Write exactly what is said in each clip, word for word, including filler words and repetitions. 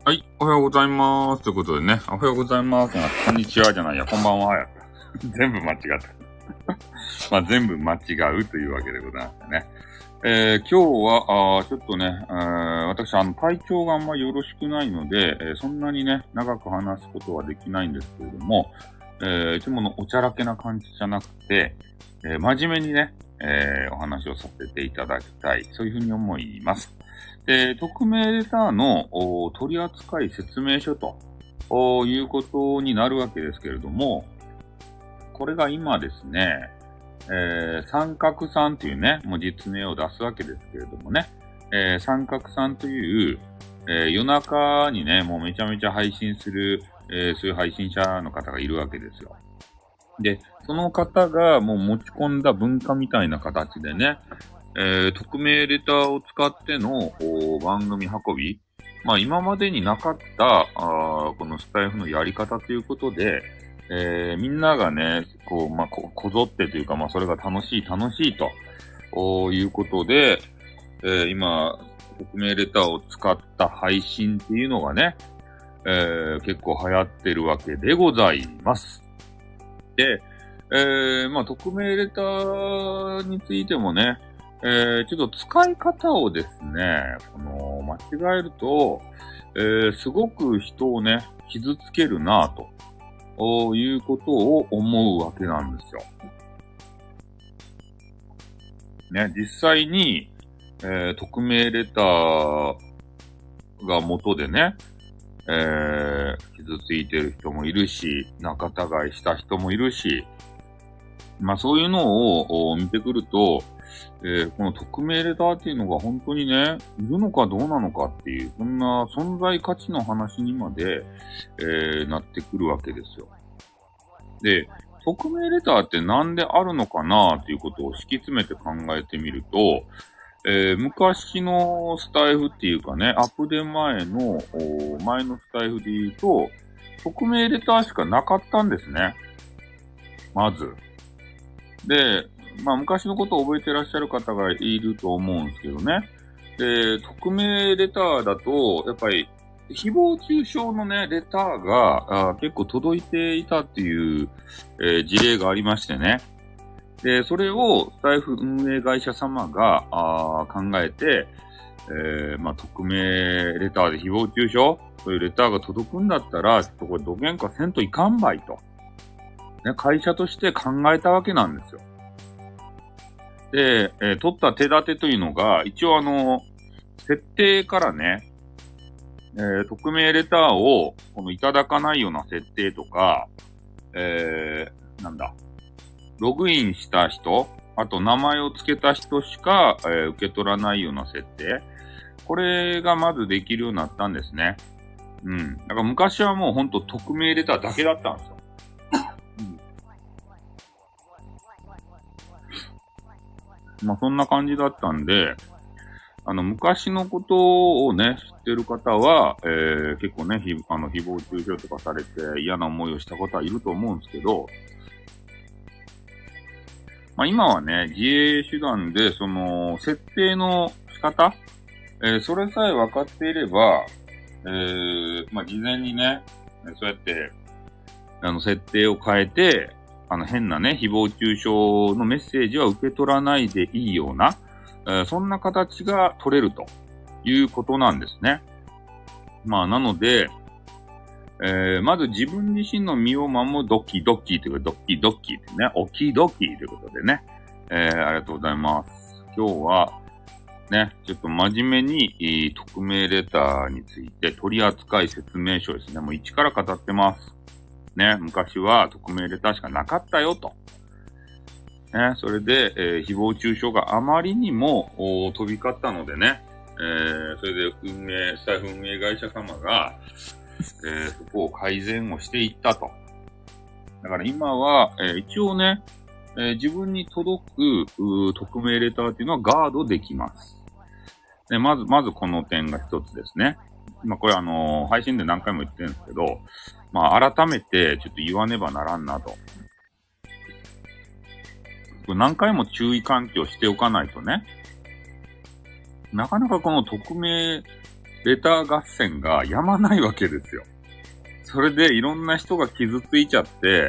はい、おはようございます。ということでね、おはようございます。こんにちはじゃないや、こんばんはや。全部間違った。まあ全部間違うというわけでございましてね。えー、今日は、あちょっとね、えー、私、あの、体調があんまりよろしくないので、えー、そんなにね、長く話すことはできないんですけれども、えー、いつものおちゃらけな感じじゃなくて、えー、真面目にね、えー、お話をさせていただきたい。そういうふうに思います。で、匿名レターの取扱説明書ということになるわけですけれども、これが今ですね、えー、三角さんというね、もう実名を出すわけですけれどもね、えー、三角さんという、えー、夜中にね、もうめちゃめちゃ配信する、えー、そういう配信者の方がいるわけですよ。で、その方がもう持ち込んだ文化みたいな形でね、えー、匿名レターを使っての番組運び、まあ今までになかったあこのスタイフのやり方ということで、えー、みんながね、こう、まあこ、こぞってというか、まあそれが楽しい楽しいということで、えー、今、匿名レターを使った配信っていうのがね、えー、結構流行ってるわけでございます。で、えー、まあ匿名レターについてもね、えー、ちょっと使い方をですね、この、間違えると、えー、すごく人をね、傷つけるなぁと、いうことを思うわけなんですよ。ね、実際に、えー、匿名レターが元でね、えー、傷ついてる人もいるし、仲違いした人もいるし、まあそういうのを見てくると、えー、この匿名レターっていうのが本当にね、いるのかどうなのかっていう、そんな存在価値の話にまで、えー、なってくるわけですよ。で、匿名レターってなんであるのかなっていうことを敷き詰めて考えてみると、えー、昔のスタイフっていうかね、アップデ前の、前のスタイフで言うと、匿名レターしかなかったんですね。まず。で、まあ昔のことを覚えてらっしゃる方がいると思うんですけどね。で、匿名レターだと、やっぱり、誹謗中傷のね、レターが結構届いていたっていう、えー、事例がありましてね。で、それをスタイフ運営会社様があ考えて、えー、まあ、匿名レターで誹謗中傷そういうレターが届くんだったら、ちょっとこれ土幻化せんといかんばいと。ね、会社として考えたわけなんですよ。で、えー、取った手立てというのが、一応あの、設定からね、えー、匿名レターをこのいただかないような設定とか、えー、なんだ、ログインした人、あと名前を付けた人しか、えー、受け取らないような設定。これがまずできるようになったんですね。うん。だから昔はもうほんと匿名レターだけだったんですよ。うん、まあそんな感じだったんで、あの昔のことをね、知ってる方は、えー、結構ね、ひあの誹謗中傷とかされて嫌な思いをした方はいると思うんですけど、まあ今はね、自衛手段で、その、設定の仕方、えー、それさえ分かっていれば、えー、まあ事前にね、そうやって、あの、設定を変えて、あの、変なね、誹謗中傷のメッセージは受け取らないでいいような、えー、そんな形が取れるということなんですね。まあ、なので、えー、まず自分自身の身を守るドッキードッキーというか、ドッキードッキーってね、オキドキーということでね、えー、ありがとうございます。今日は、ね、ちょっと真面目に、匿名レターについて取扱説明書ですね。もう一から語ってます。ね、昔は匿名レターしかなかったよと。ね、それで、えー、誹謗中傷があまりにも飛び交ったのでね、えー、それで運営、スタイフ運営会社様が、えー、そこを改善をしていったと。だから今は、えー、一応ね、えー、自分に届く匿名レターっていうのはガードできます。で、まず、まずこの点が一つですね。まあ、これあのー、配信で何回も言ってるんですけど、まあ、改めてちょっと言わねばならんなと。これ何回も注意喚起をしておかないとね、なかなかこの匿名レレター合戦がやまないわけですよ。それでいろんな人が傷ついちゃって、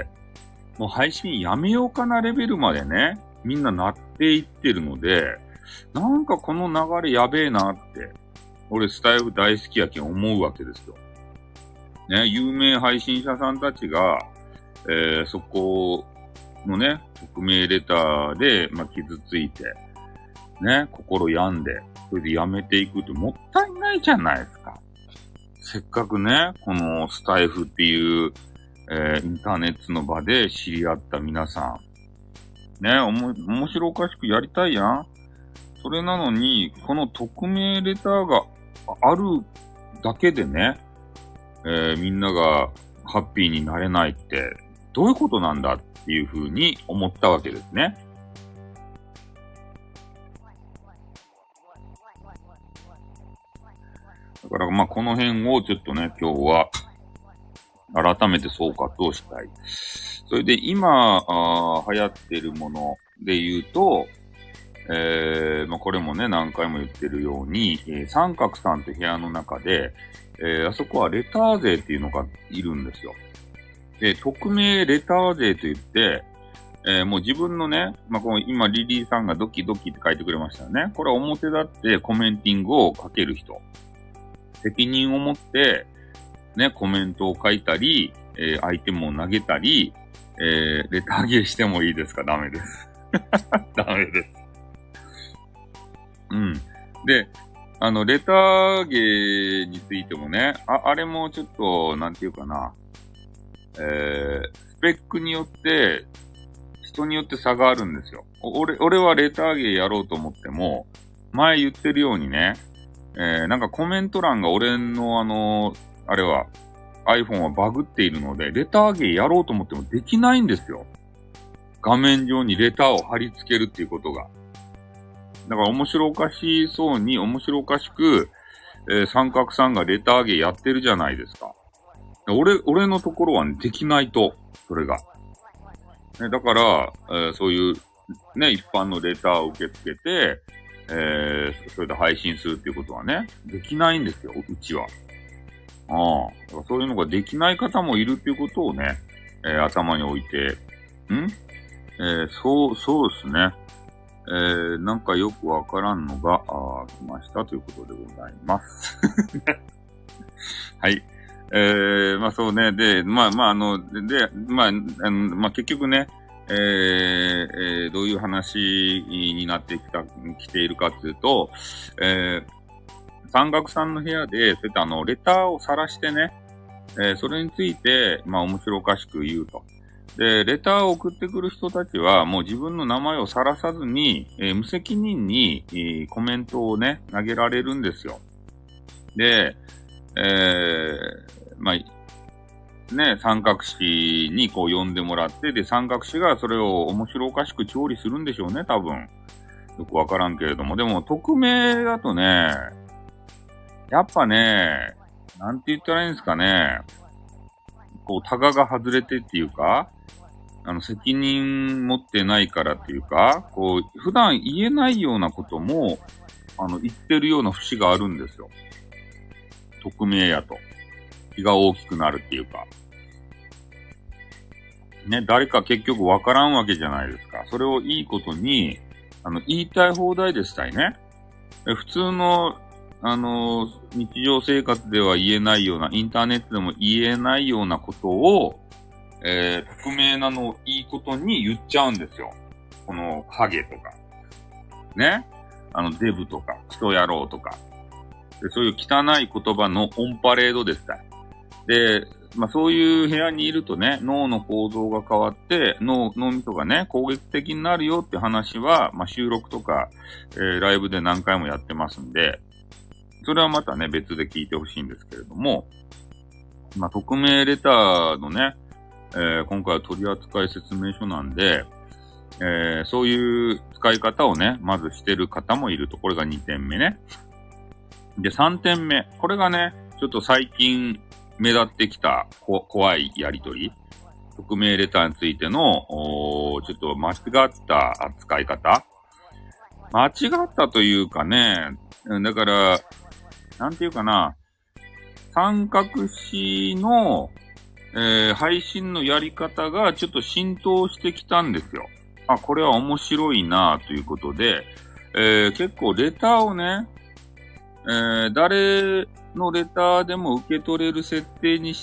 もう配信やめようかなレベルまでね、みんななっていってるので、なんかこの流れやべえなって、俺スタイフ大好きやけん思うわけですよ。ね、有名配信者さんたちが、えー、そこのね、匿名レターで、まあ、傷ついて、ね、心病んで、それでやめていくってもったいないじゃないですか。せっかくね、このスタイフっていう、えー、インターネットの場で知り合った皆さん。ね、おも、面白おかしくやりたいやん。それなのに、この匿名レターがあるだけでね、えー、みんながハッピーになれないって、どういうことなんだっていうふうに思ったわけですね。だからまあこの辺をちょっとね、今日は改めて総括をしたい。それで今あ流行っているもので言うと、えー、まあこれもね何回も言ってるように、えー、三角さんって部屋の中で、えー、あそこはレター勢っていうのがいるんですよ。で、匿名レター勢と言って、えー、もう自分のね、まあ、この今リリーさんがドキドキって書いてくれましたよね。これは表立ってコメンティングをかける人。責任を持って、ね、コメントを書いたり、えー、アイテムを投げたり、えー、レターゲーしてもいいですか？ダメです。ダメです。うん。で、あの、レターゲーについてもね、あ、あれもちょっと、なんていうかな、えー、スペックによって、人によって差があるんですよ。俺、俺はレターゲーやろうと思っても、前言ってるようにね、えー、なんかコメント欄が俺のあの、あれは、iPhone はバグっているので、レターゲーやろうと思ってもできないんですよ。画面上にレターを貼り付けるっていうことが。だから面白おかしそうに、面白おかしく、えー、三角さんがレターゲーやってるじゃないですか。俺、俺のところは、ね、できないと、それが。ね、だから、えー、そういう、ね、一般のレターを受け付けて、えー、それで配信するっていうことはね、できないんですよ、うちは。ああ、そういうのができない方もいるっていうことをね、えー、頭に置いて、んえー、そう、そうですね。えー、なんかよくわからんのが、あ来ましたということでございます。はい。えー、まあそうね。で、まあまああの、で、まあ、あの、まあ結局ね、えーえー、どういう話になってきた、来ているかというと、えー、山岳さんの部屋で、そういったあの、レターを晒してね、えー、それについて、まあ面白おかしく言うと。で、レターを送ってくる人たちは、もう自分の名前を晒さずに、えー、無責任に、えー、コメントをね、投げられるんですよ。で、えー、まあ、ね、三角詞にこう呼んでもらって、で、三角詞がそれを面白おかしく調理するんでしょうね、多分。よくわからんけれども。でも、匿名だとね、やっぱね、なんて言ったらいいんですかね、こう、タガが外れてっていうか、あの、責任持ってないからっていうか、こう、普段言えないようなことも、あの、言ってるような節があるんですよ。匿名やと。気が大きくなるっていうか。ね、誰か結局わからんわけじゃないですか。それをいいことに、あの、言いたい放題でしたいね。普通の、あの、日常生活では言えないような、インターネットでも言えないようなことを、えー、匿名なのをいいことに言っちゃうんですよ。この、ハゲとか。ね。あの、デブとか、クソ野郎とか。でそういう汚い言葉のオンパレードですた。で、まあそういう部屋にいるとね、脳の構造が変わって、脳、脳みそがね、攻撃的になるよって話は、まあ収録とか、えー、ライブで何回もやってますんで、それはまたね、別で聞いてほしいんですけれども、まあ匿名レターのね、えー、今回は取扱説明書なんで、えー、そういう使い方をね、まずしてる方もいると。これがにてんめね。で、さんてんめ。これがね、ちょっと最近目立ってきたこ怖いやりとり。匿名レターについての、おちょっと間違った扱い方。間違ったというかね、だから、 なんていうかな、三角詞の、えー、配信のやり方がちょっと浸透してきたんですよ。あ、これは面白いなということで、えー、結構レターをね、えー、誰のレターでも受け取れる設定にして、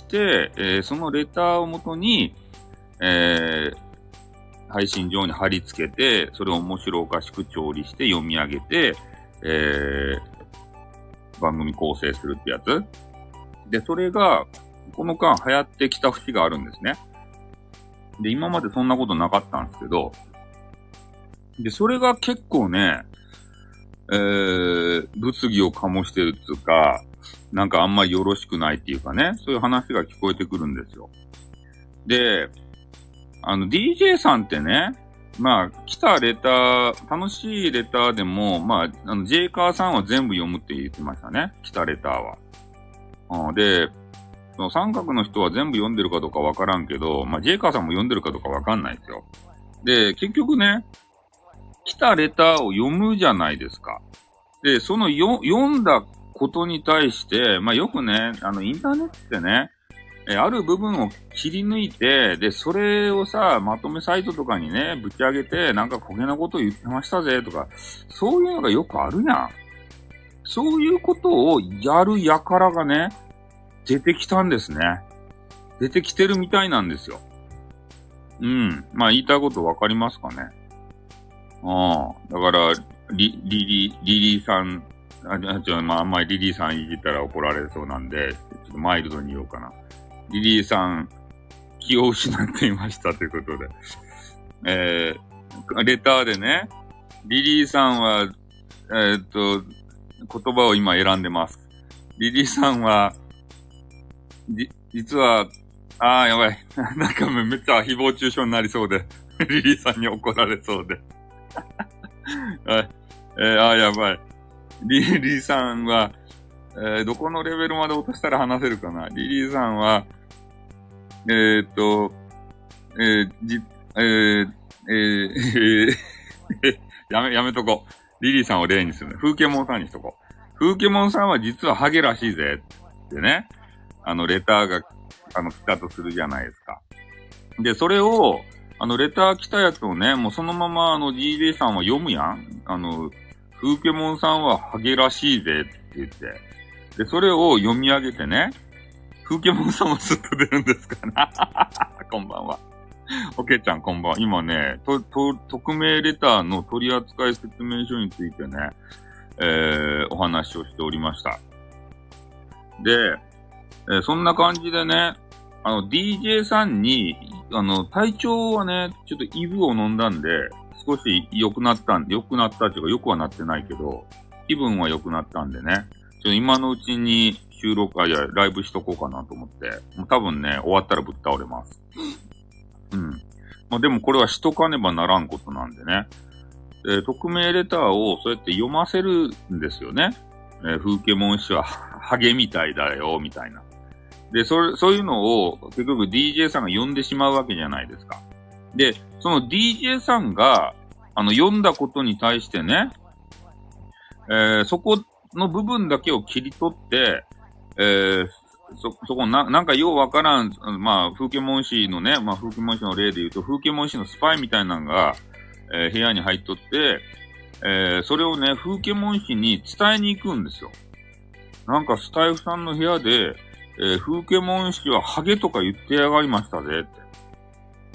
えー、そのレターをもとに、えー、配信上に貼り付けて、それを面白おかしく調理して読み上げて、えー、番組構成するってやつ。で、それが、この間流行ってきた節があるんですね。で、今までそんなことなかったんですけど、で、それが結構ね、えー、物議を醸してるっていうか、なんかあんまりよろしくないっていうかね、そういう話が聞こえてくるんですよ。で、あの、ディージェー さんってね、まあ、来たレター、楽しいレターでも、まあ、あの、ジェイカーさんは全部読むって言ってましたね。来たレターは。うん、で、その三角の人は全部読んでるかどうかわからんけど、まあ、ジェイカーさんも読んでるかどうかわかんないですよ。で、結局ね、来たレターを読むじゃないですか。で、そのよ読んだことに対して、まあ、よくね、あの、インターネットってね、え、ある部分を切り抜いて、で、それをさ、まとめサイトとかにね、ぶち上げて、なんか焦げなこと言ってましたぜ、とか、そういうのがよくあるやん。そういうことをやる輩がね、出てきたんですね。出てきてるみたいなんですよ。うん。まあ、言いたいことわかりますかね。ああ。だから、リ、リリ、リリーさん、あ、ちょ、まあ、あんまりリリーさんいじったら怒られそうなんで、ちょっとマイルドに言おうかな。リリーさん、気を失っていましたということで。えー、レターでね、リリーさんは、えー、っと、言葉を今選んでます。リリーさんは、じ、実は、あーやばい。なんかめっちゃ誹謗中傷になりそうで、リリーさんに怒られそうで。はい。えー、あーやばい。リリーさんは、えー、どこのレベルまで落としたら話せるかな。リリーさんは、えー、っと、えー、じ、えー、えー、えー、やめ、やめとこう。リリーさんを例にするね。風景モンさんにしとこう。風景モンさんは実はハゲらしいぜ。ってね。あの、レターが、あの、来たとするじゃないですか。で、それを、あの、レター来たやつをね、もうそのまま、あの、ディージェー さんは読むやん。あの、風景モンさんはハゲらしいぜって言って。で、それを読み上げてね、風景モンさんもスッと出るんですかな。こんばんは。おけちゃんこんばんは。今ね、と、と、匿名レターの取扱説明書についてね、えー、お話をしておりました。で、えー、そんな感じでね、あの、ディージェー さんに、あの、体調はね、ちょっとイブを飲んだんで、少し良くなったんで、良くなったっていうか良くはなってないけど、気分は良くなったんでね、ちょ今のうちに収録、あ、いや、ライブしとこうかなと思って、もう多分ね、終わったらぶっ倒れます。うん。まあ、でもこれはしとかねばならんことなんでね。えー、匿名レターをそうやって読ませるんですよね。えー、風景文氏はハゲみたいだよ、みたいな。で、それ、そういうのを結局 ディージェー さんが読んでしまうわけじゃないですか。で、その ディージェー さんが、あの、読んだことに対してね、えー、そこの部分だけを切り取って、えー、そ、そこな、なんかようわからん、まあ、風景文氏のね、まあ、風景文氏の例で言うと、風景文氏のスパイみたいなのが、えー、部屋に入っとって、えー、それをね、風景文氏に伝えに行くんですよ。なんかスタイフさんの部屋で、えー、風景文氏はハゲとか言ってやがりましたぜって。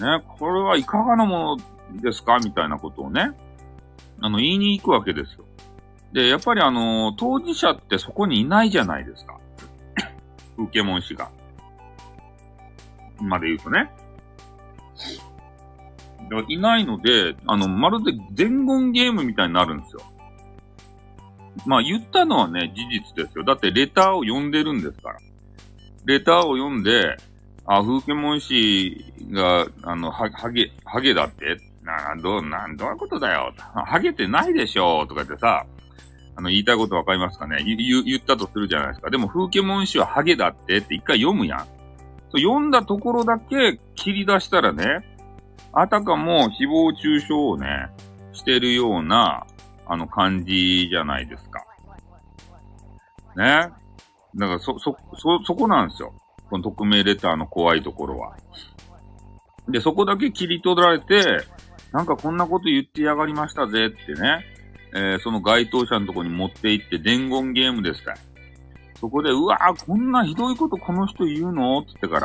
ね、これはいかがなものですかみたいなことをね、あの、言いに行くわけですよ。で、やっぱりあのー、当事者ってそこにいないじゃないですか。風景文氏が。まで言うとね。いないので、あの、まるで伝言ゲームみたいになるんですよ。まあ言ったのはね、事実ですよ。だってレターを読んでるんですから。レターを読んで、あ、風景文氏が、あの、は、ハゲ、ハゲだってな、どう、なん、どういうことだよ。ハゲてないでしょとかってさ、あの、言いたいことわかりますかね言、言、言ったとするじゃないですか。でも風景文氏はハゲだってって一回読むやん。読んだところだけ切り出したらね、あたかも誹謗中傷をね、してるような、あの感じじゃないですか。 ね。だからそ、そ、そ、そこなんですよ。この匿名レターの怖いところは。で、そこだけ切り取られて、なんかこんなこと言ってやがりましたぜってね。えー、その該当者のとこに持って行って伝言ゲームですか。そこで、うわぁ、こんなひどいことこの人言うのって言ってから、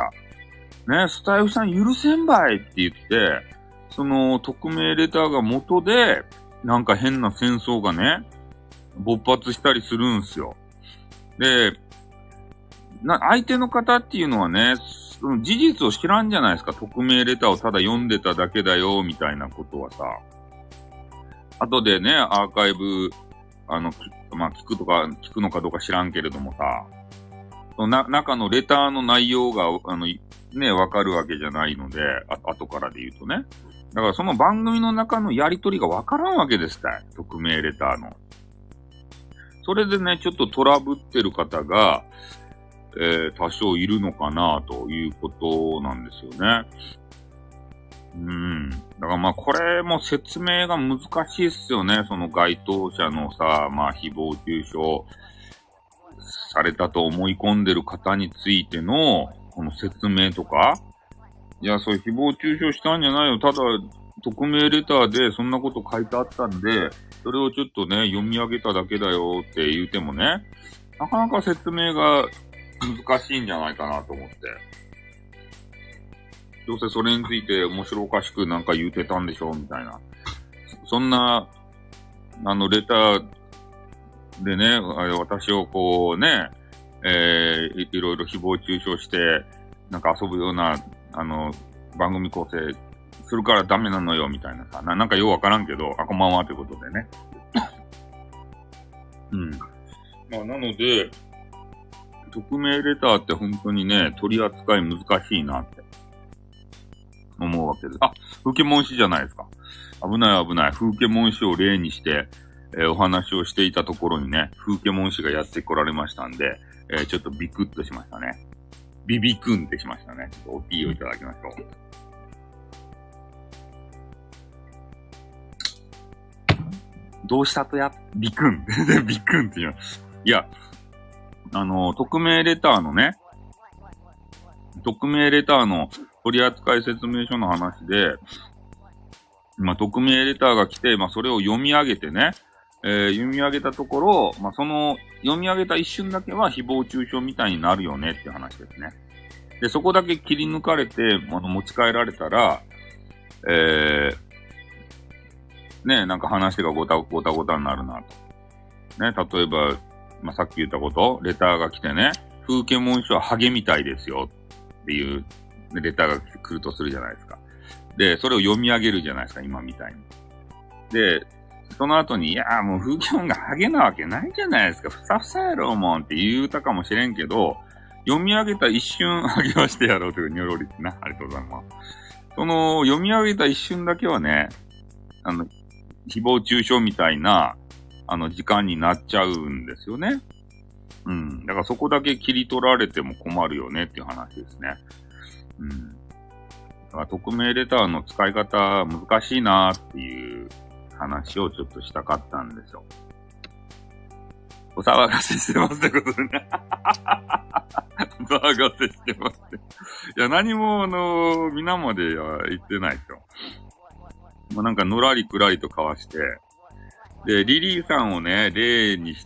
ね、スタイフさん許せんばいって言って、その匿名レターが元で、なんか変な戦争がね、勃発したりするんすよ。で、な、相手の方っていうのはね、その事実を知らんじゃないですか。匿名レターをただ読んでただけだよ、みたいなことはさ。後でね、アーカイブ、あの、まあ、聞くとか、聞くのかどうか知らんけれどもさ、そのな、中のレターの内容が、あの、ね、わかるわけじゃないので、あ、後からで言うとね。だからその番組の中のやりとりがわからんわけですかい。匿名レターの。それでね、ちょっとトラブってる方が、えー、多少いるのかなということなんですよね。うん。だからまあこれも説明が難しいっすよね。その該当者のさ、まあ誹謗中傷されたと思い込んでる方についてのこの説明とか。いや、それ誹謗中傷したんじゃないよ。ただ、匿名レターでそんなこと書いてあったんで、それをちょっとね、読み上げただけだよって言うてもね、なかなか説明が難しいんじゃないかなと思って。どうせそれについて面白おかしくなんか言うてたんでしょみたいな。そんな、あの、レターでね、私をこうね、えー、いろいろ誹謗中傷して、なんか遊ぶような、あの、番組構成するからダメなのよ、みたいなさ。ななんかようわからんけど、あ、こんばんは、ということでね。うん。まあ、なので、匿名レターって本当にね、取り扱い難しいなって思うわけです。あ、風景文詩じゃないですか。危ない危ない。風景文詩を例にして、えー、お話をしていたところにね、風景文詩がやってこられましたんで、えー、ちょっとビクッとしましたね。ビビクンってしましたね。ちょっとおティーをいただきましょう。どうしたとや、ビクン。ビクンって言うの。いや、あの、匿名レターのね、匿名レターの取扱説明書の話で、まあ、匿名レターが来て、まあ、それを読み上げてね、えー、読み上げたところ、まあ、その、読み上げた一瞬だけは誹謗中傷みたいになるよねっていう話ですね。で、そこだけ切り抜かれて、あの、持ち帰られたら、えー、ね、なんか話がごたごたごたになるなと。ね、例えば、まあ、さっき言ったこと、レターが来てね、風景文書はハゲみたいですよっていう、レターが来るとするじゃないですか。で、それを読み上げるじゃないですか、今みたいに。で、その後に、いやーもう風景文がハゲなわけないじゃないですか。ふさふさやろうもんって言うたかもしれんけど、読み上げた一瞬ハゲはしてやろうというニョロリってな。ありがとうございます。その、読み上げた一瞬だけはね、あの、誹謗中傷みたいな、あの、時間になっちゃうんですよね。うん。だからそこだけ切り取られても困るよねっていう話ですね。うん。だから匿名レターの使い方難しいなーっていう話をちょっとしたかったんですよ。お騒がせしてますってことでね。お騒がせしてますって。いや、何もあのー、皆までは言ってないですよ。もうなんかのらりくらりと交わして、で、リリーさんをね、例にして、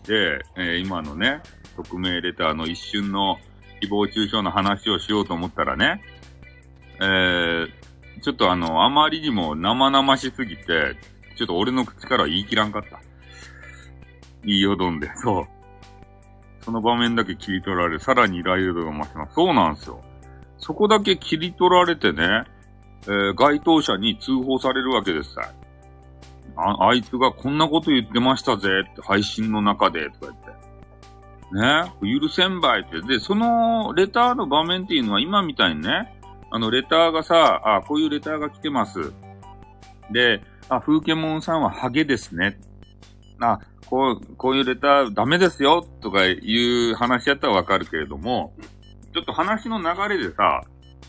えー、今のね、匿名レターの一瞬の誹謗中傷の話をしようと思ったらね、えー、ちょっとあの、あまりにも生々しすぎて、ちょっと俺の口からは言い切らんかった。言いよどんで、そう。その場面だけ切り取られ、さらにイライラ度が増します。そうなんですよ。そこだけ切り取られてね、えー、該当者に通報されるわけですさ。あ、あいつがこんなこと言ってましたぜって配信の中で、とか言って。ね、許せんばいって。で、そのレターの場面っていうのは今みたいにね、あのレターがさ、あ、こういうレターが来てます。で、あ、風景モンさんはハゲですね。あ、こう、こういうレターダメですよとかいう話やったらわかるけれども、ちょっと話の流れでさ、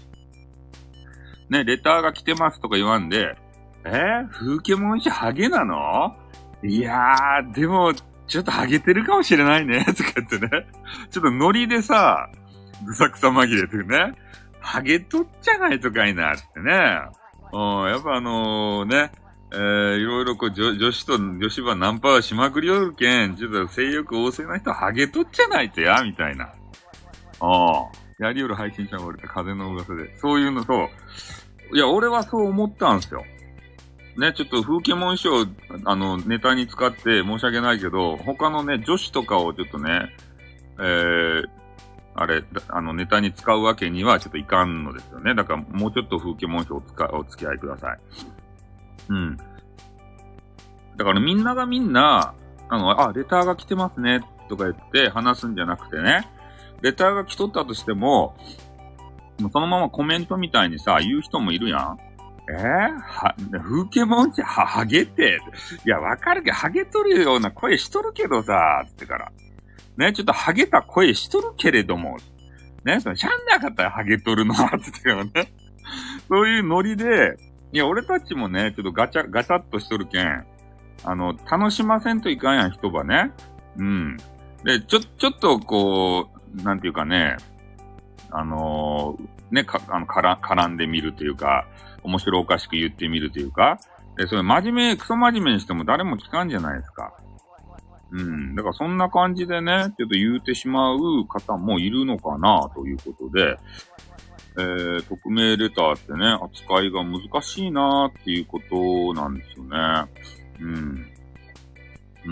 ね、レターが来てますとか言わんで、えー、風景モン氏ハゲなの？いやー、でも、ちちょっとハゲてるかもしれないね、とか言ってね。ちょっとノリでさ、ぐさくさ紛れてね。ハゲとっちゃないとかいなってね。うん、やっぱあのね、えー、いろいろこう女、女子と女子ばナンパはしまくりよるけん、ちょっと性欲旺盛な人はハゲとっちゃないとや、みたいな。ああ。やりよる配信者がおれた風の噂で。そういうのと、いや、俺はそう思ったんですよ。ね、ちょっと風景文書を、あの、ネタに使って申し訳ないけど、他のね、女子とかをちょっとね、えー、あれ、あの、ネタに使うわけにはちょっといかんのですよね。だから、もうちょっと風景文書を使、お付き合いください。うん。だからみんながみんな、あの、あ、レターが来てますね、とか言って話すんじゃなくてね、レターが来とったとしても、そのままコメントみたいにさ、言う人もいるやん。えー、は、風景もんちは、ハゲって。いや、わかるけど、ハゲとるような声しとるけどさ、つってから。ね、ちょっとハゲた声しとるけれども。ね、その、しゃんなかったらハゲとるのは、つってからね。そういうノリで、いや、俺たちもね、ちょっとガチャ、ガチャっとしとるけん、あの、楽しませんといかんやん、人ばね。うん。で、ちょ、ちょっとこう、なんていうかね、あのー、ね、か、あの、から、絡んでみるというか、面白おかしく言ってみるというか、で、それ真面目、クソ真面目にしても誰も聞かんじゃないですか。うん。だからそんな感じでね、ちょっと言うてしまう方もいるのかな、ということで、えー、匿名レターってね、扱いが難しいなっていうことなんですよね。うん。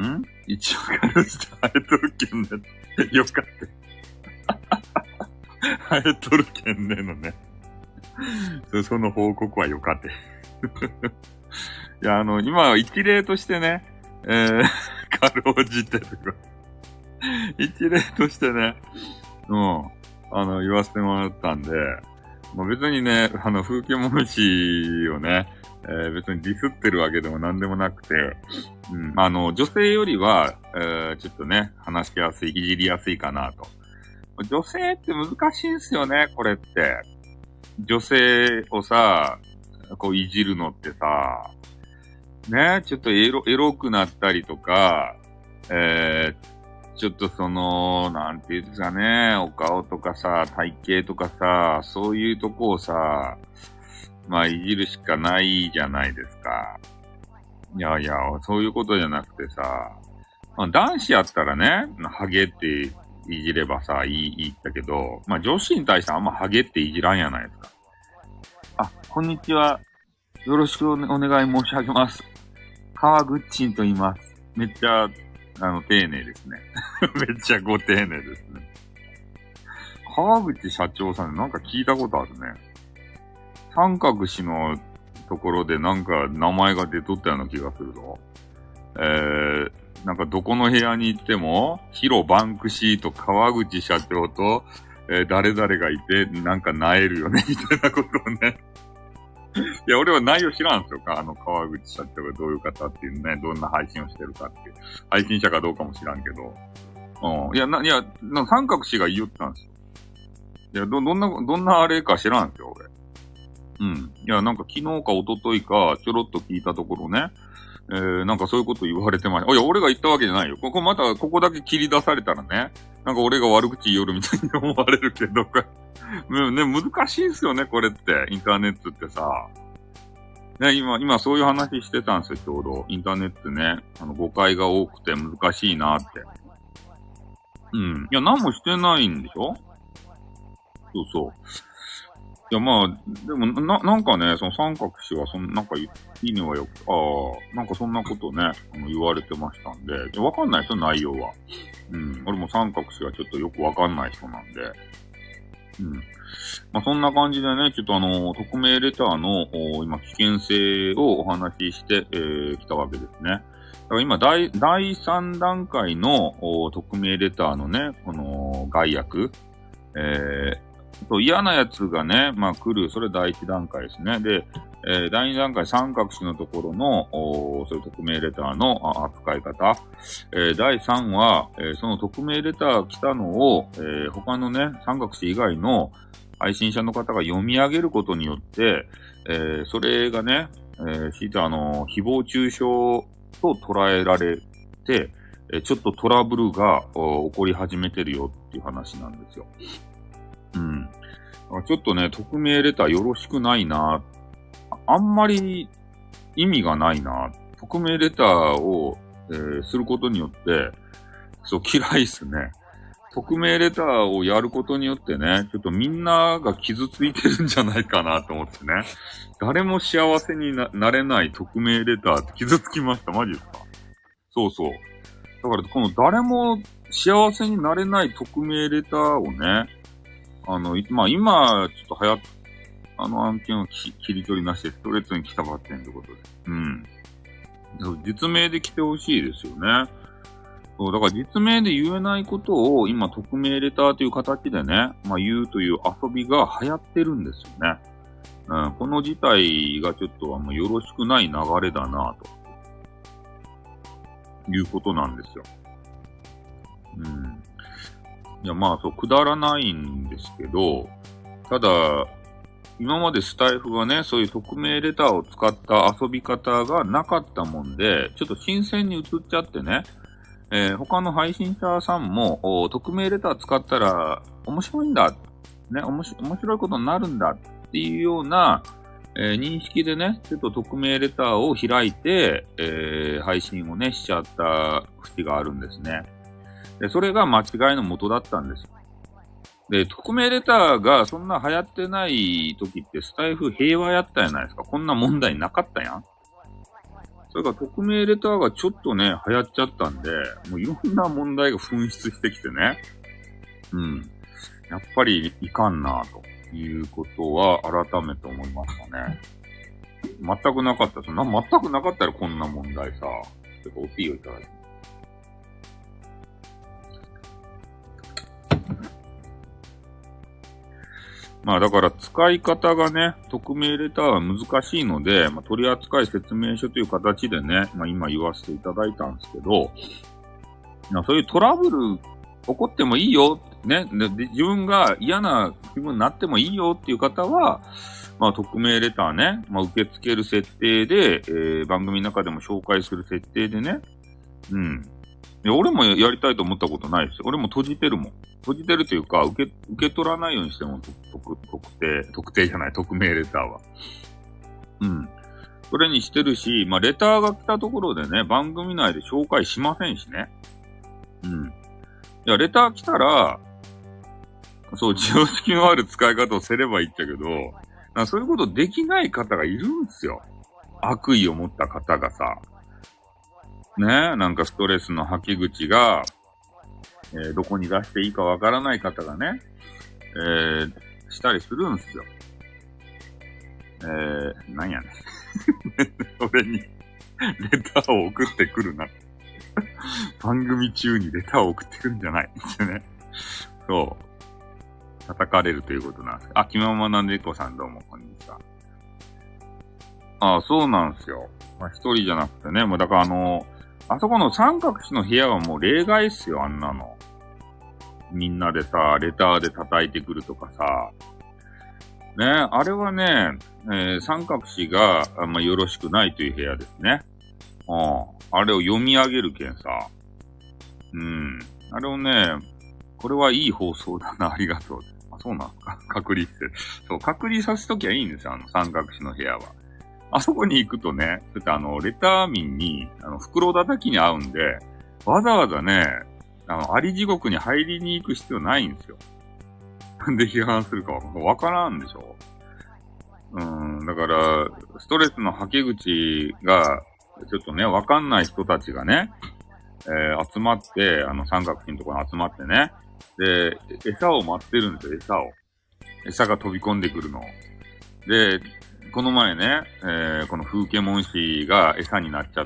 ん一応からして生えとるけんね。よかった。生えとるけんねのね。そ, その報告はよかった。いや、あの、今は一例としてね、えー、かろうじてとか、一例としてね、うん、あの、言わせてもらったんで、もう別にね、あの、風景文字をね、えー、別にディスってるわけでも何でもなくて、うん、あの、女性よりは、えー、ちょっとね、話しやすい、いじりやすいかなと。女性って難しいんすよね、これって。女性をさ、こういじるのってさ、ね、ちょっとエロ、エロくなったりとか、えー、ちょっとその、なんていうんですかね、お顔とかさ、体型とかさ、そういうとこをさ、まあ、いじるしかないじゃないですか。いやいや、そういうことじゃなくてさ、まあ、男子やったらね、ハゲっていじればさ、いい、いいったけど、まあ女子に対してあんまハゲっていじらんやないですか。あ、こんにちは。よろしくお願い申し上げます。川口んと言います。めっちゃ、あの、丁寧ですね。めっちゃご丁寧ですね。川口社長さんなんか聞いたことあるね。三角氏のところでなんか名前が出とったような気がするぞ。えー、なんかどこの部屋に行っても、ヒロバンクシーと川口社長と、えー、誰々がいて、なんか萎えるよね、みたいなことをね。いや、俺は内容知らんすよ。あの、川口社長がどういう方っていうね、どんな配信をしてるかっていう。配信者かどうかも知らんけど。うん。いや、な、いや、な三角氏が言いよったんですよ。いや、ど、どんな、どんなあれか知らんすよ、俺。うん。いや、なんか昨日か一昨日か、ちょろっと聞いたところね、えー、なんかそういうこと言われてました。いや、俺が言ったわけじゃないよ。ここまた、ここだけ切り出されたらね、なんか俺が悪口言おるみたいに思われるけど、ね、難しいんすよね、これって。インターネットってさ。ね、今、今そういう話してたんですよ、ちょうど。インターネットね、あの、誤解が多くて難しいなって。うん。いや、何もしてないんでしょ？そうそう。いや、まあ、でも、な、なんかね、その三角氏は、そんなんか、いいねはよく、ああ、なんかそんなことね、あの言われてましたんで、わかんない人、内容は。うん、俺も三角氏はちょっとよくわかんない人なんで、うん。まあ、そんな感じでね、ちょっとあの、匿名レターの、今、危険性をお話しして、えー、きたわけですね。だから今、第、第三段階の、匿名レターのね、この、概約、えー、と嫌なやつがね、まあ来る、それ第一段階ですね。で、えー、第二段階三角詞のところの、おそういう匿名レターの扱い方。えー、第三は、えー、その匿名レター来たのを、えー、他のね、三角詞以外の配信者の方が読み上げることによって、えー、それがね、えー、しいてあの、誹謗中傷と捉えられて、 えちょっとトラブルが起こり始めてるよっていう話なんですよ。うん。ちょっとね、匿名レターよろしくないな。あんまり意味がないな。匿名レターを、えー、することによって、そう、嫌いっすね。匿名レターをやることによってね、ちょっとみんなが傷ついてるんじゃないかなと思ってね。誰も幸せに な, なれない匿名レターって傷つきました。マジですか？そうそう。だからこの誰も幸せになれない匿名レターをね、あの、まあ、今、ちょっと流行っ、あの案件を切り取りなしでストレートに来たばってんってことで。うん。実名で来てほしいですよね。そう、だから実名で言えないことを今匿名レターという形でね、まあ言うという遊びが流行ってるんですよね。うん、この事態がちょっとあんまよろしくない流れだなということなんですよ。うん。いやまあそう、くだらないんですけど、ただ、今までスタイフがね、そういう匿名レターを使った遊び方がなかったもんで、ちょっと新鮮に移っちゃってね、えー、他の配信者さんも、匿名レター使ったら面白いんだ、ね、面白いことになるんだっていうような、えー、認識でね、ちょっと匿名レターを開いて、えー、配信をね、しちゃった節があるんですね。で、それが間違いの元だったんです。で、匿名レターがそんな流行ってない時ってスタイフ平和やったやないですか。こんな問題なかったやん。それから匿名レターがちょっとね、流行っちゃったんで、もういろんな問題が噴出してきてね。うん。やっぱりいかんなということは改めて思いましたね。全くなかった。そんな、全くなかったらこんな問題さ。ちょっとおピーをいただいて。まあだから使い方がね、匿名レターは難しいので、まあ、取扱説明書という形でね、まあ今言わせていただいたんですけど、まあ、そういうトラブル起こってもいいよ、ね、で、自分が嫌な気分になってもいいよっていう方は、まあ匿名レターね、まあ受け付ける設定で、えー、番組の中でも紹介する設定でね、うん。で俺もやりたいと思ったことないですよ。俺も閉じてるもん。閉じてるというか、受け、受け取らないようにしても、特、特定、特定じゃない、匿名レターは。うん。それにしてるし、まあ、レターが来たところでね、番組内で紹介しませんしね。うん。いや、レター来たら、そう、常識のある使い方をすればいいっちゃけど、そういうことできない方がいるんですよ。悪意を持った方がさ。ね、なんかストレスの吐き口が、えー、どこに出していいかわからない方がね、えー、したりするんですよ。えー、なんやねん。俺に、レターを送ってくるな。番組中にレターを送ってくるんじゃないってね。そう。叩かれるということなんです。あ、気ままな猫さんどうも、こんにちは。ああ、そうなんですよ。まあ、一人じゃなくてね、もうだからあのー、あそこの三角紙の部屋はもう例外っすよ、あんなの。みんなでさ、レターで叩いてくるとかさ。ね、あれはね、えー、三角紙が、あまあ、よろしくないという部屋ですね。うん。あれを読み上げるけんさ。うん。あれをね、これはいい放送だな、ありがとう。あ、そうなんですか。隔離して。そう、隔離させときゃいいんですよ、あの三角紙の部屋は。あそこに行くとね、ちょっとあの、レター民に、あの、袋叩きに合うんで、わざわざね、あの、あり地獄に入りに行く必要ないんですよ。なんで批判するかわからんでしょ。うん、だから、ストレスの吐き口が、ちょっとね、わかんない人たちがね、えー、集まって、あの、三角形のところに集まってね、で、餌を待ってるんですよ、餌を。餌が飛び込んでくるの。で、この前ね、えー、この風景文士が餌になっちゃって、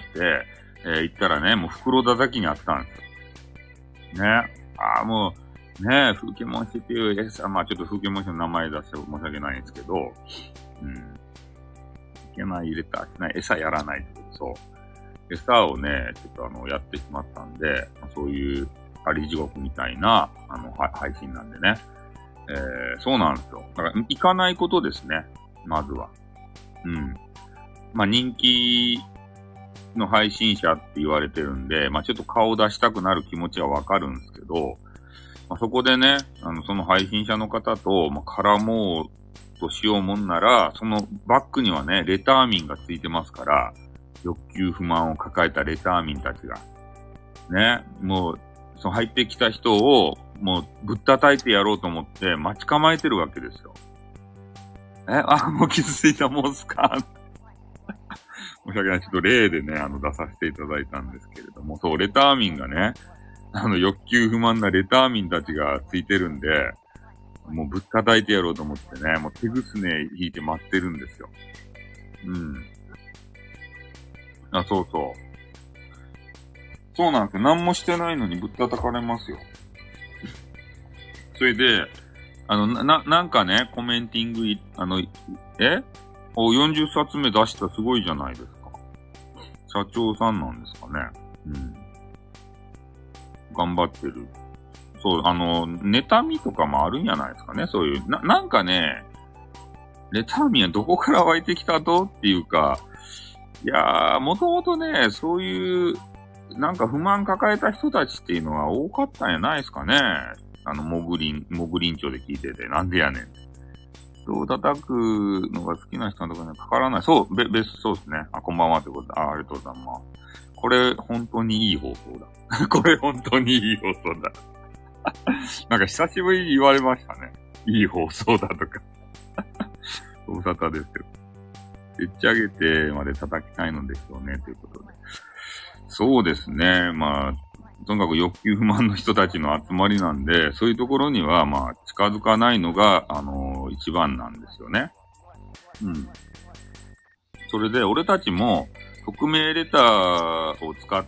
えー、行ったらね、もう袋叩きにあったんですよ。ね。ああ、もう、ね、風景文士っていう餌、まあちょっと風景文士の名前出して申し訳ないんですけど、うん。いけない入れた、しない、餌やらないってこと、そう。餌をね、ちょっとあの、やってしまったんで、そういう、あり地獄みたいな、あの、配信なんでね。えー、そうなんですよ。だから、行かないことですね。まずは。うん。まあ、人気の配信者って言われてるんで、まあちょっと顔出したくなる気持ちはわかるんですけど、まあ、そこでね、あの、その配信者の方と、まあ、絡もうとしようもんなら、そのバックにはね、レター民がついてますから、欲求不満を抱えたレター民たちが。ね、もう、その入ってきた人を、もうぶったたいてやろうと思って待ち構えてるわけですよ。え、あ、もう傷ついたもんすか申し訳ない。ちょっと例でね、あの、出させていただいたんですけれども、そう、レター民がね、あの、欲求不満なレター民たちがついてるんで、もうぶったたいてやろうと思ってね、もう手ぐすね引いて待ってるんですよ。うん。あ、そうそう。そうなんですよ。何もしてないのにぶったたかれますよ。それで、あの、な、なんかね、コメンティングい、あの、えお、よんじゅっさつめ出したすごいじゃないですか。社長さんなんですかね。うん。頑張ってる。そう、あの、妬みとかもあるんじゃないですかね、そういう。な、なんかね、妬みはどこから湧いてきたとっていうか、いやー、もともとね、そういう、なんか不満抱えた人たちっていうのは多かったんじゃないですかね。あの、モグリン、モグリンチョで聞いてて、なんでやねん。人を叩くのが好きな人とかにかからない。そう、べ、べ、そうですね。あ、こんばんはってことで。あ、ありがとうございます。これ、本当にいい放送だ。これ、本当にいい放送だ。なんか、久しぶりに言われましたね。いい放送だとか。大沙汰ですよ。でっち上げてまで叩きたいのですよね、ということで。そうですね。まあ、とにかく欲求不満の人たちの集まりなんで、そういうところには、まあ、近づかないのが、あのー、一番なんですよね。うん。それで、俺たちも、匿名レターを使って、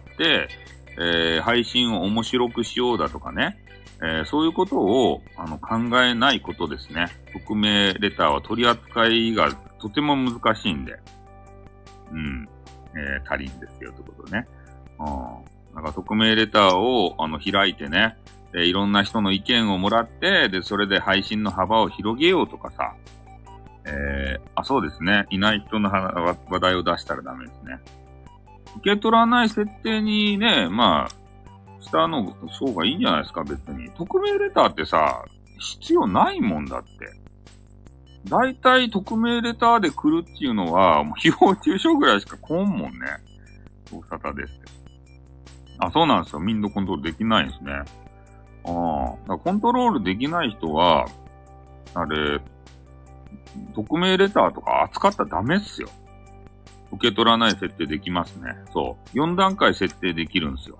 えー、配信を面白くしようだとかね、えー、そういうことをあの考えないことですね。匿名レターは取り扱いがとても難しいんで、うん、えー、足りんですよということね。うん、なんか匿名レターをあの開いてね、えー、いろんな人の意見をもらって、で、それで配信の幅を広げようとかさ、えー、あ、そうですね。いない人の話題を出したらダメですね。受け取らない設定にね、まあ、したの方がいいんじゃないですか、別に。匿名レターってさ、必要ないもんだって。だいたい匿名レターで来るっていうのは、もう誹謗中傷ぐらいしか来んもんね。大沙汰です。あ、そうなんですよ。民度コントロールできないんですね。ああ。だからコントロールできない人は、あれ、匿名レターとか扱ったらダメっすよ。受け取らない設定できますね。そう。よん段階設定できるんですよ。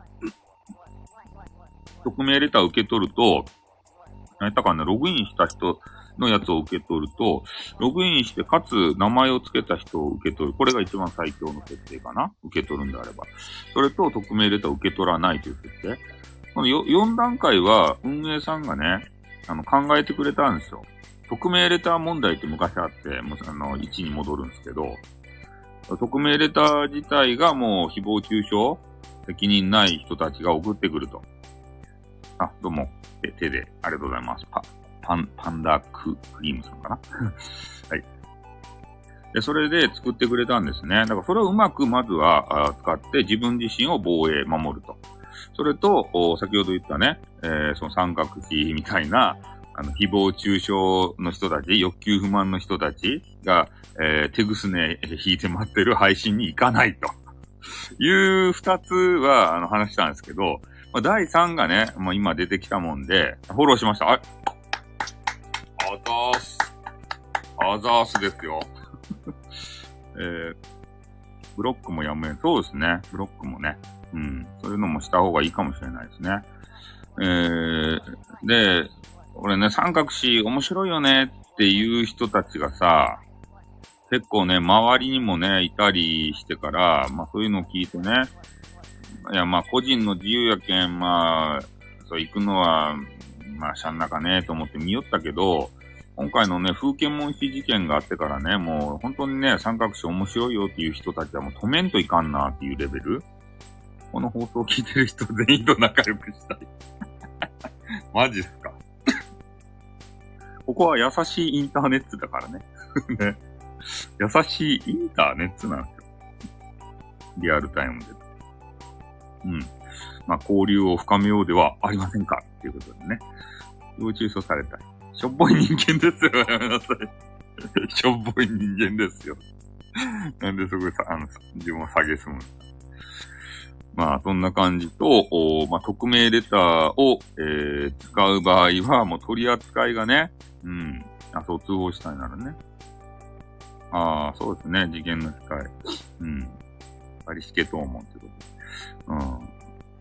匿名レター受け取ると、何やったかね、ログインした人のやつを受け取ると、ログインして、かつ名前を付けた人を受け取る。これが一番最強の設定かな。受け取るんであれば。それと、匿名レターを受け取らないという設定。この よ, よん段階は、運営さんがね、あの、考えてくれたんですよ。匿名レター問題って昔あって、もうあの、いちに戻るんですけど、匿名レター自体がもう誹謗中傷責任ない人たちが送ってくると。あ、どうも。手手で、ありがとうございます。パ、パン、パンダク、クリームさんかなはい。で、それで作ってくれたんですね。だからそれをうまくまずは使って自分自身を防衛、守ると。それと、先ほど言ったね、えー、その三角詞みたいな、あの、誹謗中傷の人たち、欲求不満の人たちが、えー、手ぐすね引いて待ってる配信に行かないと。いう二つは、あの、話したんですけど、まあ、だいさんがね、もう今出てきたもんで、フォローしました。あ、あざーす。あざーすですよ。えー、ブロックもやめ、そうですね。ブロックもね。うん。そういうのもした方がいいかもしれないですね。えー、で、俺ね、三角詞面白いよねっていう人たちがさ、結構ね、周りにもね、いたりしてから、まあそういうのを聞いてね、いやまあ個人の自由やけん、まあ、そう行くのは、まあしゃんなかねと思って見よったけど、今回のね、風景門市事件があってからね、もう本当にね、三角詞面白いよっていう人たちはもう止めんといかんなっていうレベル。この放送を聞いてる人全員と仲良くしたい。マジっすか。ここは優しいインターネットだからね。ね、優しいインターネットなんですよ。 リアルタイムで。うん。まあ、交流を深めようではありませんかっていうことでね。要中傷された。しょっぽい人間ですよ。やめなさい。しょっぽい人間ですよ。なんでそこさ、あの、自分を下げすむの。まあ、そんな感じと、おまあ、匿名レターを、えー、使う場合は、もう取り扱いがね、うん。あ、そう、通報したいならね。ああ、そうですね。次元の機会。うん。ありしけと思うってこと。うん。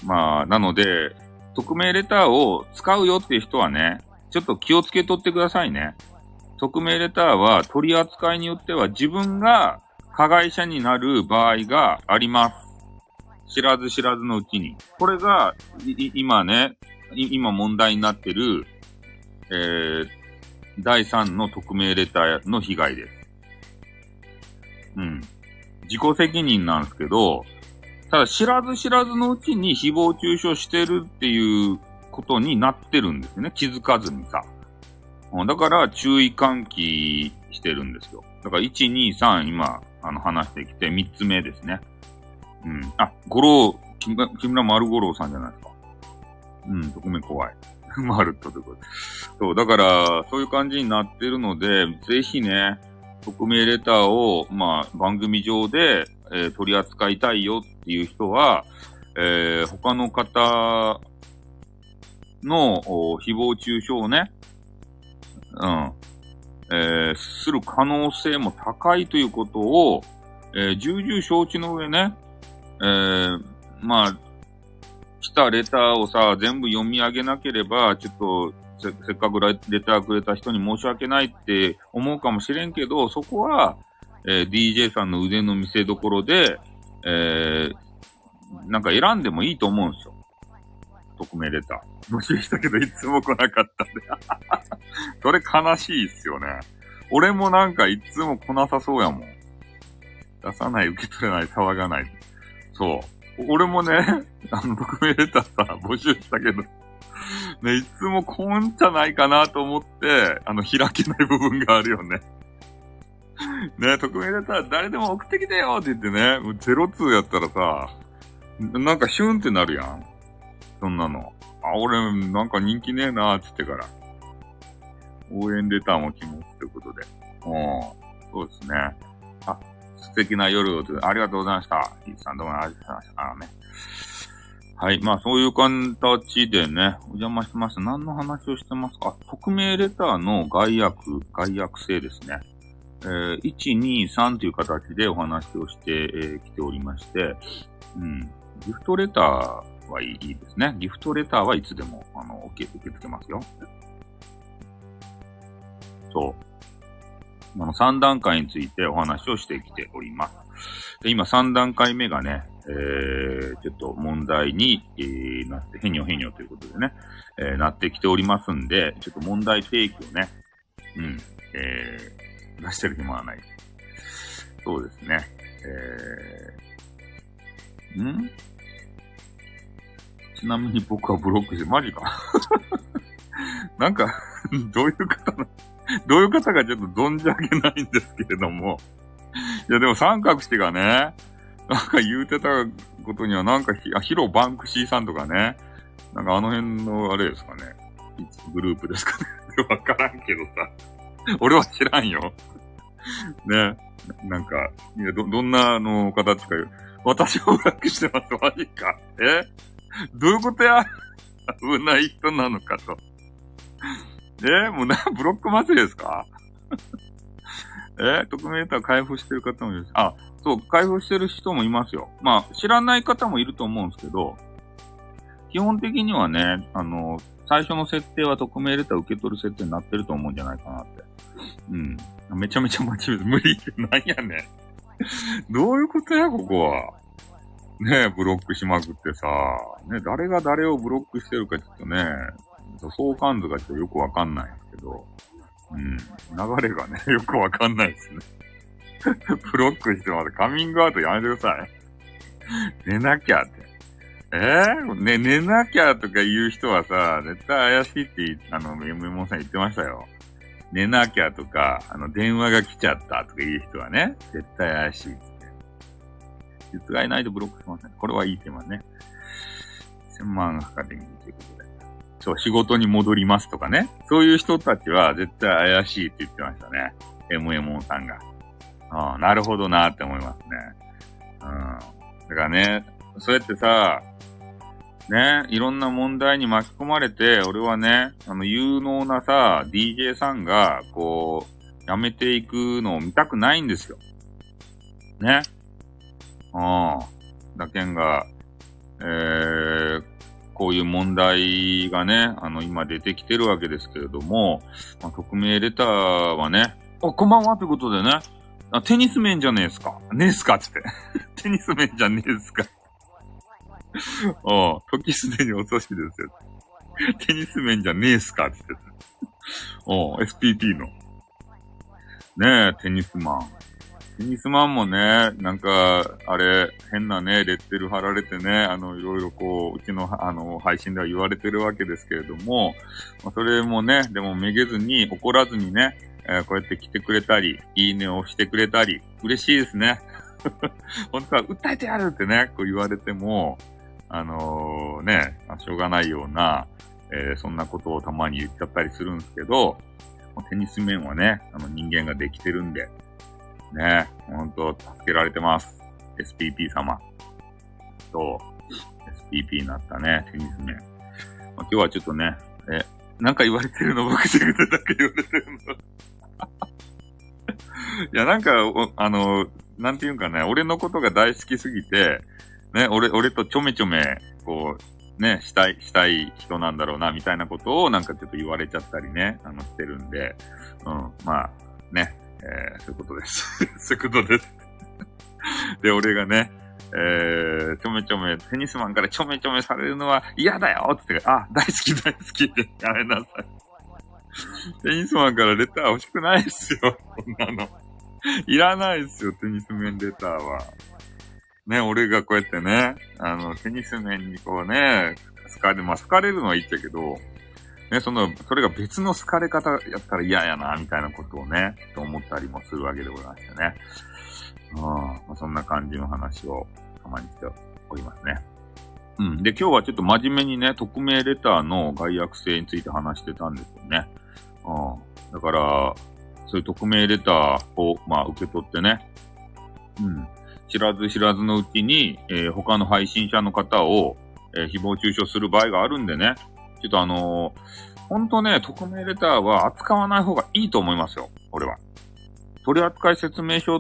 まあ、なので、匿名レターを使うよっていう人はね、ちょっと気をつけとってくださいね。匿名レターは取り扱いによっては自分が加害者になる場合があります。知らず知らずのうちに。これが、今ね、今問題になってる、えー、だいさんの匿名レターの被害です。うん。自己責任なんですけど、ただ知らず知らずのうちに誹謗中傷してるっていうことになってるんですよね。気づかずにさ。だから注意喚起してるんですよ。だからいち、に、さん今、あの話してきてみっつめですね。うん。あ、五郎、木村丸五郎さんじゃないですか。うん、匿名怖い。丸っとということ。そう、だから、そういう感じになってるので、ぜひね、匿名レターを、まあ、番組上で、えー、取り扱いたいよっていう人は、えー、他の方の誹謗中傷をね、うん、えー、する可能性も高いということを、えー、重々承知の上ね、えー、まあ、来たレターをさ、全部読み上げなければ、ちょっとせ、せっかくレターくれた人に申し訳ないって思うかもしれんけど、そこは、えー、ディージェー さんの腕の見せ所で、えー、なんか選んでもいいと思うんですよ。匿名レター。募集したけど、いつも来なかったんで。それ悲しいっすよね。俺もなんかいつも来なさそうやもん。出さない、受け取れない、騒がない。そう。俺もね、あの、匿名レターさ、募集したけど、ね、いつも来んじゃないかなと思って、あの、開けない部分があるよね。ね、匿名レター誰でも送ってきてよって言ってね、もうゼロツーやったらさ、なんかシュンってなるやん。そんなの。あ、俺、なんか人気ねえなーって言ってから。応援レターも来ますってことで。うん。そうですね。あ、素敵な夜を、ありがとうございました。ヒーさんどうもありがとうございました。あのね。はい。まあ、そういう形でね、お邪魔してます。何の話をしてますか？匿名レターの概約、概約性ですね。えー、いち、に、さんという形でお話をしてき、えー、ておりまして、うん。ギフトレターはいいですね。ギフトレターはいつでも、あの、受け、受け付けますよ。そう。あの、さん段階についてお話をしてきております。で今さん段階目がね、えー、ちょっと問題に、えー、なって、へにょへにょということでね、えー、なってきておりますんで、ちょっと問題提起をね、うん、えー、出してる暇はない。そうですね。えー、んちなみに僕はブロックして、マジかなんか、どういう方な、どういう方かちょっと存じ上げないんですけれども。いやでも三角してがね、なんか言うてたことにはなんかひ、あ、ヒロバンクシーさんとかね、なんかあの辺のあれですかね。グループですかね。わからんけどさ。俺は知らんよ。ね。なんか、いや、ど、どんなの形かよ。私をブラックしてます。マジか。えどういうことや危ない人なのかと。えもうな、ブロック祭りですかえ匿名レター開封してる方もいるし、あ、そう、開封してる人もいますよ。まあ、知らない方もいると思うんですけど、基本的にはね、あの、最初の設定は匿名レター受け取る設定になってると思うんじゃないかなって。うん。めちゃめちゃ間違えて、無理ってなんやねん。どういうことや、ここは。ねえ、ブロックしまくってさ、ね、誰が誰をブロックしてるかちょっとね、相関図がちょっとよくわかんないんですけど、うん。流れがね、よくわかんないですね。ブロックしてまでカミングアウトやめてください。寝なきゃって。えー、ね、寝なきゃとか言う人はさ、絶対怪しいって、あの、メモモンさん言ってましたよ。寝なきゃとか、あの、電話が来ちゃったとか言う人はね、絶対怪しいって。 実害ないとブロックしません。これはいいテーマね。せんまんアカデミーということで。そう、仕事に戻りますとかね。そういう人たちは絶対怪しいって言ってましたね。エムエムオン さんが。ああ、なるほどなって思いますね。うん。だからね、そうやってさ、ね、いろんな問題に巻き込まれて、俺はね、あの、有能なさ、ディージェー さんが、こう、やめていくのを見たくないんですよ。ね。うん。だけんが、えー、こういう問題がね、あの、今出てきてるわけですけれども、まあ、匿名レターはね、あ、こんばんはということでね、あ、テニス面じゃねえすかねえすかつって。テニス面じゃねえすかおう、時すでに遅しですよ。テニス面じゃねえすかつって。おう、エスピーピー の。ねえ、テニスマン。テニスマンもね、なんか、あれ、変なね、レッテル貼られてね、あの、いろいろこう、うちの、あの、配信では言われてるわけですけれども、まあ、それもね、でもめげずに、怒らずにね、えーこうやって来てくれたり、いいねをしてくれたり、嬉しいですね。本当は、訴えてやるってね、こう言われても、あのー、ね、しょうがないような、えーそんなことをたまに言っちゃったりするんですけど、テニス面はね、あの人間ができてるんで、ね、ほんと助けられてます。エスピーピー 様。と、エスピーピー になったね、テニス面。まあ、今日はちょっとね、え、なんか言われてるの僕自分でだけ言われてるの。いや、なんか、あの、なんていうんかね、俺のことが大好きすぎて、ね、俺、俺とちょめちょめ、こう、ね、したい、したい人なんだろうな、みたいなことをなんかちょっと言われちゃったりね、あの、してるんで、うん、まあ、ね、えー、そういうことです。そういうことです。で、俺がね、えー、ちょめちょめ、テニスマンからちょめちょめされるのは嫌だよって言って、あ、大好き大好きって、やめなさい。テニスマンからレター欲しくないっすよ、こんなの。いらないっすよ、テニス面レターは。ね、俺がこうやってね、あの、テニス面にこうね、好かれ、まあ、好かれるのはいいっちゃけど、ね、その、それが別の好かれ方やったら嫌やな、みたいなことをね、と思ったりもするわけでございましてね。うん、まあ、そんな感じの話をたまにしておりますね。うん。で、今日はちょっと真面目にね、匿名レターの害悪性について話してたんですよね。うん。だから、そういう匿名レターを、まあ、受け取ってね。うん。知らず知らずのうちに、えー、他の配信者の方を、えー、誹謗中傷する場合があるんでね。ちょっとあのー、ほんとね、匿名レターは扱わない方がいいと思いますよ。俺は。取扱説明書って、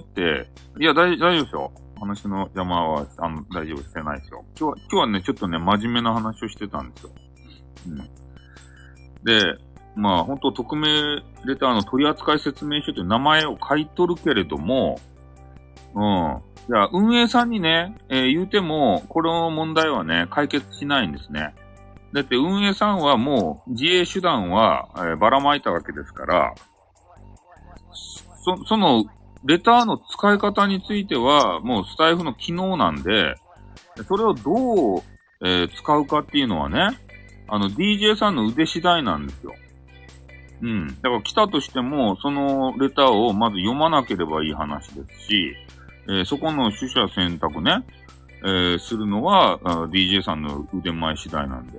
いや、大、大丈夫ですよ。話の邪魔は、あの、大丈夫してないですよ。今日は、今日はね、ちょっとね、真面目な話をしてたんですよ。うん。で、まあ、ほんと、匿名レターの取扱説明書という名前を書いとるけれども、うん。いや、運営さんにね、えー、言うても、この問題はね、解決しないんですね。だって運営さんはもう、自衛手段は、えー、ばらまいたわけですから、そ、その、レターの使い方については、もうスタイフの機能なんで、それをどう、えー、使うかっていうのはね、あの、ディージェー さんの腕次第なんですよ。うん。だから来たとしても、そのレターをまず読まなければいい話ですし、えー、そこの取捨選択ね、えー、するのは、ディージェー さんの腕前次第なんで。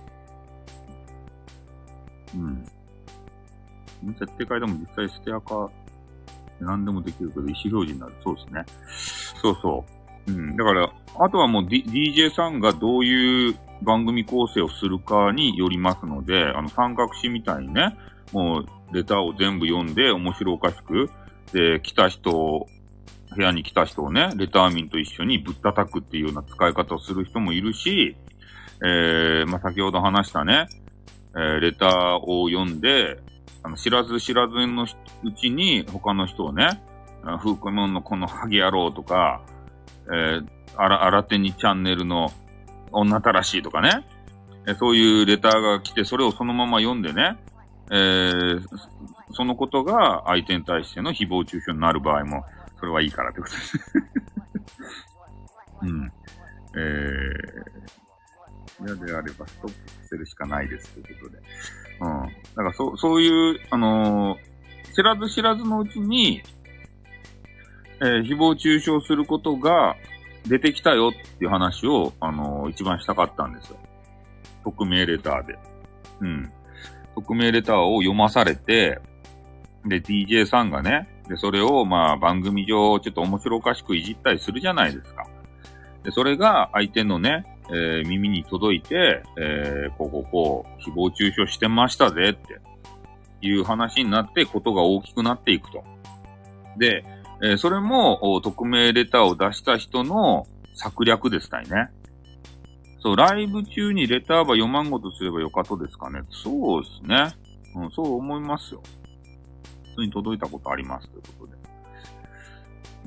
うん。設定変えても実際ステア化、何でもできるけど、意思表示になる。そうですね。そうそう。うん。だから、あとはもう、D、ディージェー さんがどういう番組構成をするかによりますので、あの、三角詞みたいにね、もう、レターを全部読んで面白おかしく、で、来た人を、部屋に来た人をね、レター民と一緒にぶったたくっていうような使い方をする人もいるし、えー、まあ、先ほど話したね、えー、レターを読んで、あの、知らず知らずのうちに他の人をね、フーコモンのこのハゲ野郎とか、えー、あら、新手にチャンネルの女たらしいとかね、えー、そういうレターが来て、それをそのまま読んでね、えー、そのことが相手に対しての誹謗中傷になる場合も、それはいいからってことです。うん。えー、嫌であればストップさせるしかないですということで。うん。だからそう、そういう、あのー、知らず知らずのうちに、えー、誹謗中傷することが、 出てきたよっていう話を、あのー、一番したかったんですよ。匿名レターで。うん。匿名レターを読まされて、で、ディージェー さんがね、で、それをまあ番組上ちょっと面白おかしくいじったりするじゃないですか。で、それが相手のね、えー、耳に届いて、えー、こうこうこう、誹謗中傷してましたぜっていう話になって、ことが大きくなっていくと。で、えー、それも、匿名レターを出した人の策略ですたいね。そう、ライブ中にレターば読まんごとすればよかとですかね。そうですね。うん、そう思いますよ。普通に届いたことありますということで。うん。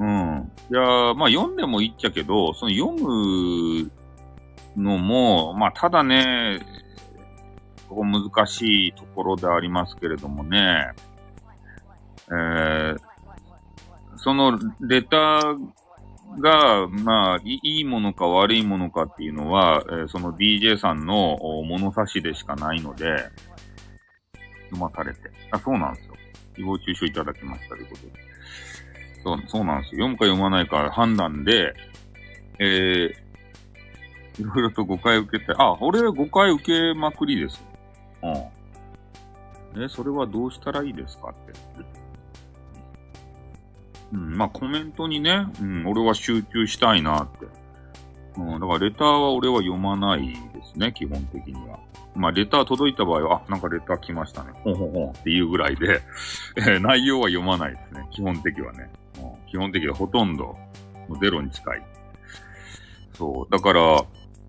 いやー、まあ読んでもいいっちゃけど、その読むのも、まあただね、ここ難しいところでありますけれどもね、えー、そのレターが、まあ、いいものか悪いものかっていうのは、えー、その ディージェー さんの物差しでしかないので、読まされて。あ、そうなんですよ。誹謗中傷いただきましたということで。そう、そうなんですよ。読むか読まないか判断で、えー、いろいろと誤解を受けて、あ、俺誤解受けまくりです。うん。え、それはどうしたらいいですかって。うん、まあコメントにね、うん、俺は集中したいなって。うん、だからレターは俺は読まないですね、基本的には。まあレター届いた場合は、あ、なんかレター来ましたね。ほんほんほんっていうぐらいで、えー、内容は読まないですね、基本的はね。うん、基本的にはほとんどゼロに近い。そう。だから、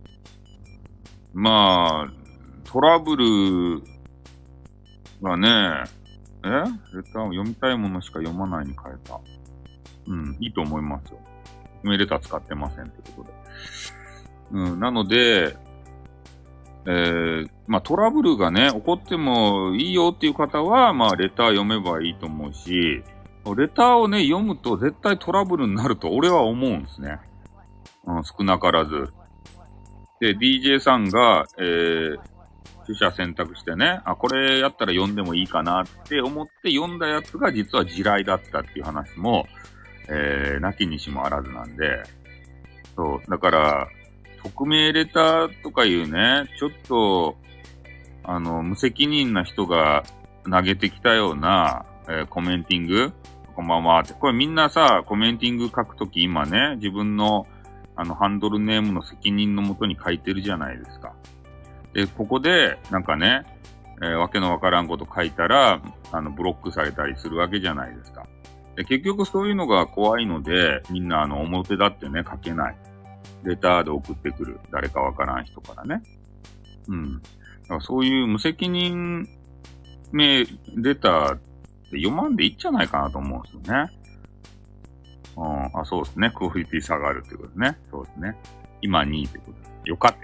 まあ、トラブルがね、えレターを読みたいものしか読まないに変えた。うん、いいと思いますよ。メレター使ってませんってことで。うん、なので、えー、まあトラブルがね、起こってもいいよっていう方は、まあレター読めばいいと思うし、レターをね、読むと絶対トラブルになると俺は思うんですね。うん、少なからず。で、ディージェー さんが、えー、取捨選択してね、あ、これやったら読んでもいいかなって思って読んだやつが実は地雷だったっていう話も、えー、なきにしもあらずなんで、そう、だから、匿名レターとかいうね、ちょっと、あの、無責任な人が投げてきたような、えー、コメンティング、こんばんはって。これみんなさ、コメンティング書くとき今ね、自分の、あの、ハンドルネームの責任のもとに書いてるじゃないですか。で、ここで、なんかね、えー、わけのわからんこと書いたら、あの、ブロックされたりするわけじゃないですか。で、結局そういうのが怖いので、みんなあの、表だってね、書けない。レターで送ってくる。誰かわからん人からね。うん。だからそういう無責任名レターって読まんでいいんじゃないかなと思うんですよね。うん。あ、そうですね。クオリティ下がるってことですね。そうですね。今にいってことです。よかって。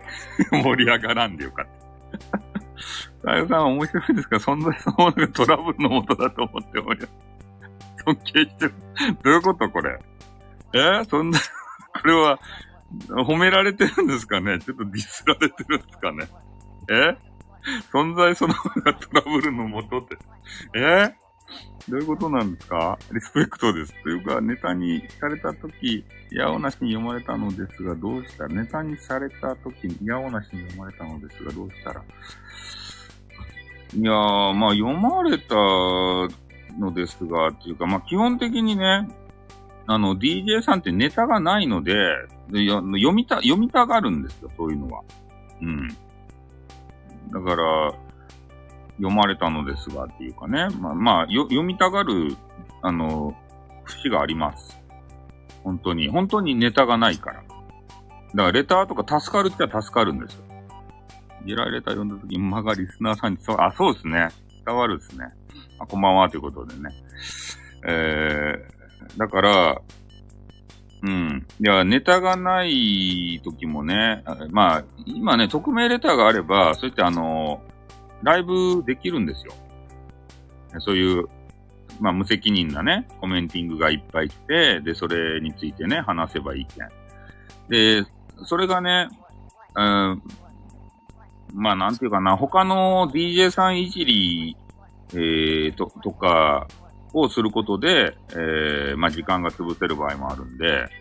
盛り上がらんでよかって。さゆさん面白いですか？存在そのものがトラブルのもとだと思っております。尊敬してる。どういうことこれ？えー、そんな、これは、褒められてるんですかね？ちょっとディスられてるんですかね？え？存在そのものがトラブルのもとって。え？どういうことなんですか？リスペクトです。というか、ネタにされたとき、やおなしに読まれたのですが、どうしたら、ネタにされたときに、やおなしに読まれたのですが、どうしたら。いやー、まあ、読まれたのですが、っていうか、まあ、基本的にね、あの、ディージェー さんってネタがないので、で読みた、読みたがるんですよ、そういうのは。うん。だから、読まれたのですがっていうかね。まあ、まあ、よ読みたがる、あの、節があります。本当に。本当にネタがないから。だから、レターとか助かるっちゃ助かるんですよ。地雷レター読んだ時に、間がリスナーさんに伝わる。あ、そうですね。伝わるですね。あ、こんばんはということでね。えー、だから、うん。いや、ネタがない時もね、まあ、今ね、匿名レターがあれば、そうやってあの、ライブできるんですよ。そういう、まあ、無責任なね、コメンティングがいっぱい来て、で、それについてね、話せばいいけん。で、それがね、うん、まあ、なんていうかな、他の ディージェー さんいじり、えー、と、とかをすることで、えー、まあ、時間が潰せる場合もあるんで、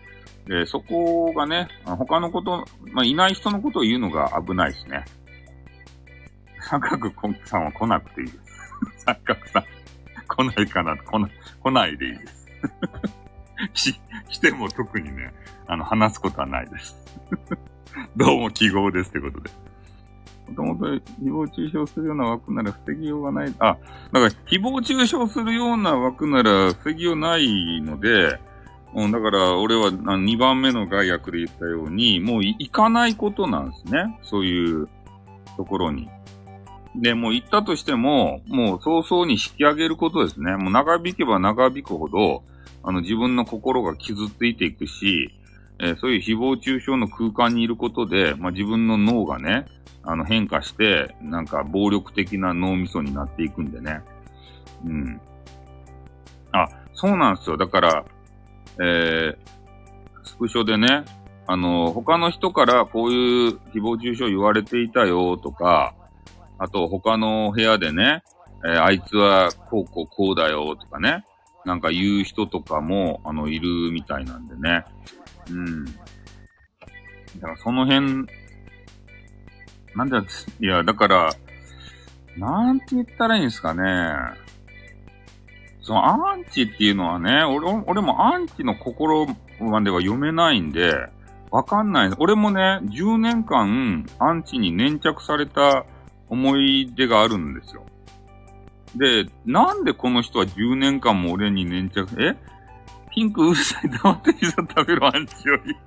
で、そこがね、他のこと、まあ、いない人のことを言うのが危ないですね。三角さんは来なくていいです。三角さん、来ないかな、来な、来ないでいいです。来、来ても特にね、あの、話すことはないです。どうも記号ですってことで。もともと誹謗中傷するような枠なら防ぎようがない。あ、だから誹謗中傷するような枠なら防ぎようないので、うん、だから俺はにばんめの害悪で言ったように、もう行かないことなんですね。そういうところに。で、もう行ったとしても、もう早々に引き上げることですね。もう長引けば長引くほど、あの自分の心が傷ついていくし、えー、そういう誹謗中傷の空間にいることで、まあ、自分の脳がね、あの変化して、なんか暴力的な脳みそになっていくんでね。うん。あ、そうなんですよ。だから、えー、スクショでね、あの、他の人からこういう誹謗中傷言われていたよとか、あと他の部屋でね、えー、あいつはこうこうこうだよとかね、なんか言う人とかも、あの、いるみたいなんでね。うん。だからその辺、なんで、いや、だから、なんて言ったらいいんですかね。そのアンチっていうのはね、俺、俺もアンチの心までは読めないんで、わかんない。俺もね、じゅうねんかんアンチに粘着された思い出があるんですよ。で、なんでこの人はじゅうねんかんも俺に粘着、えピンクうるさい黙ってピザ食べるアンチより。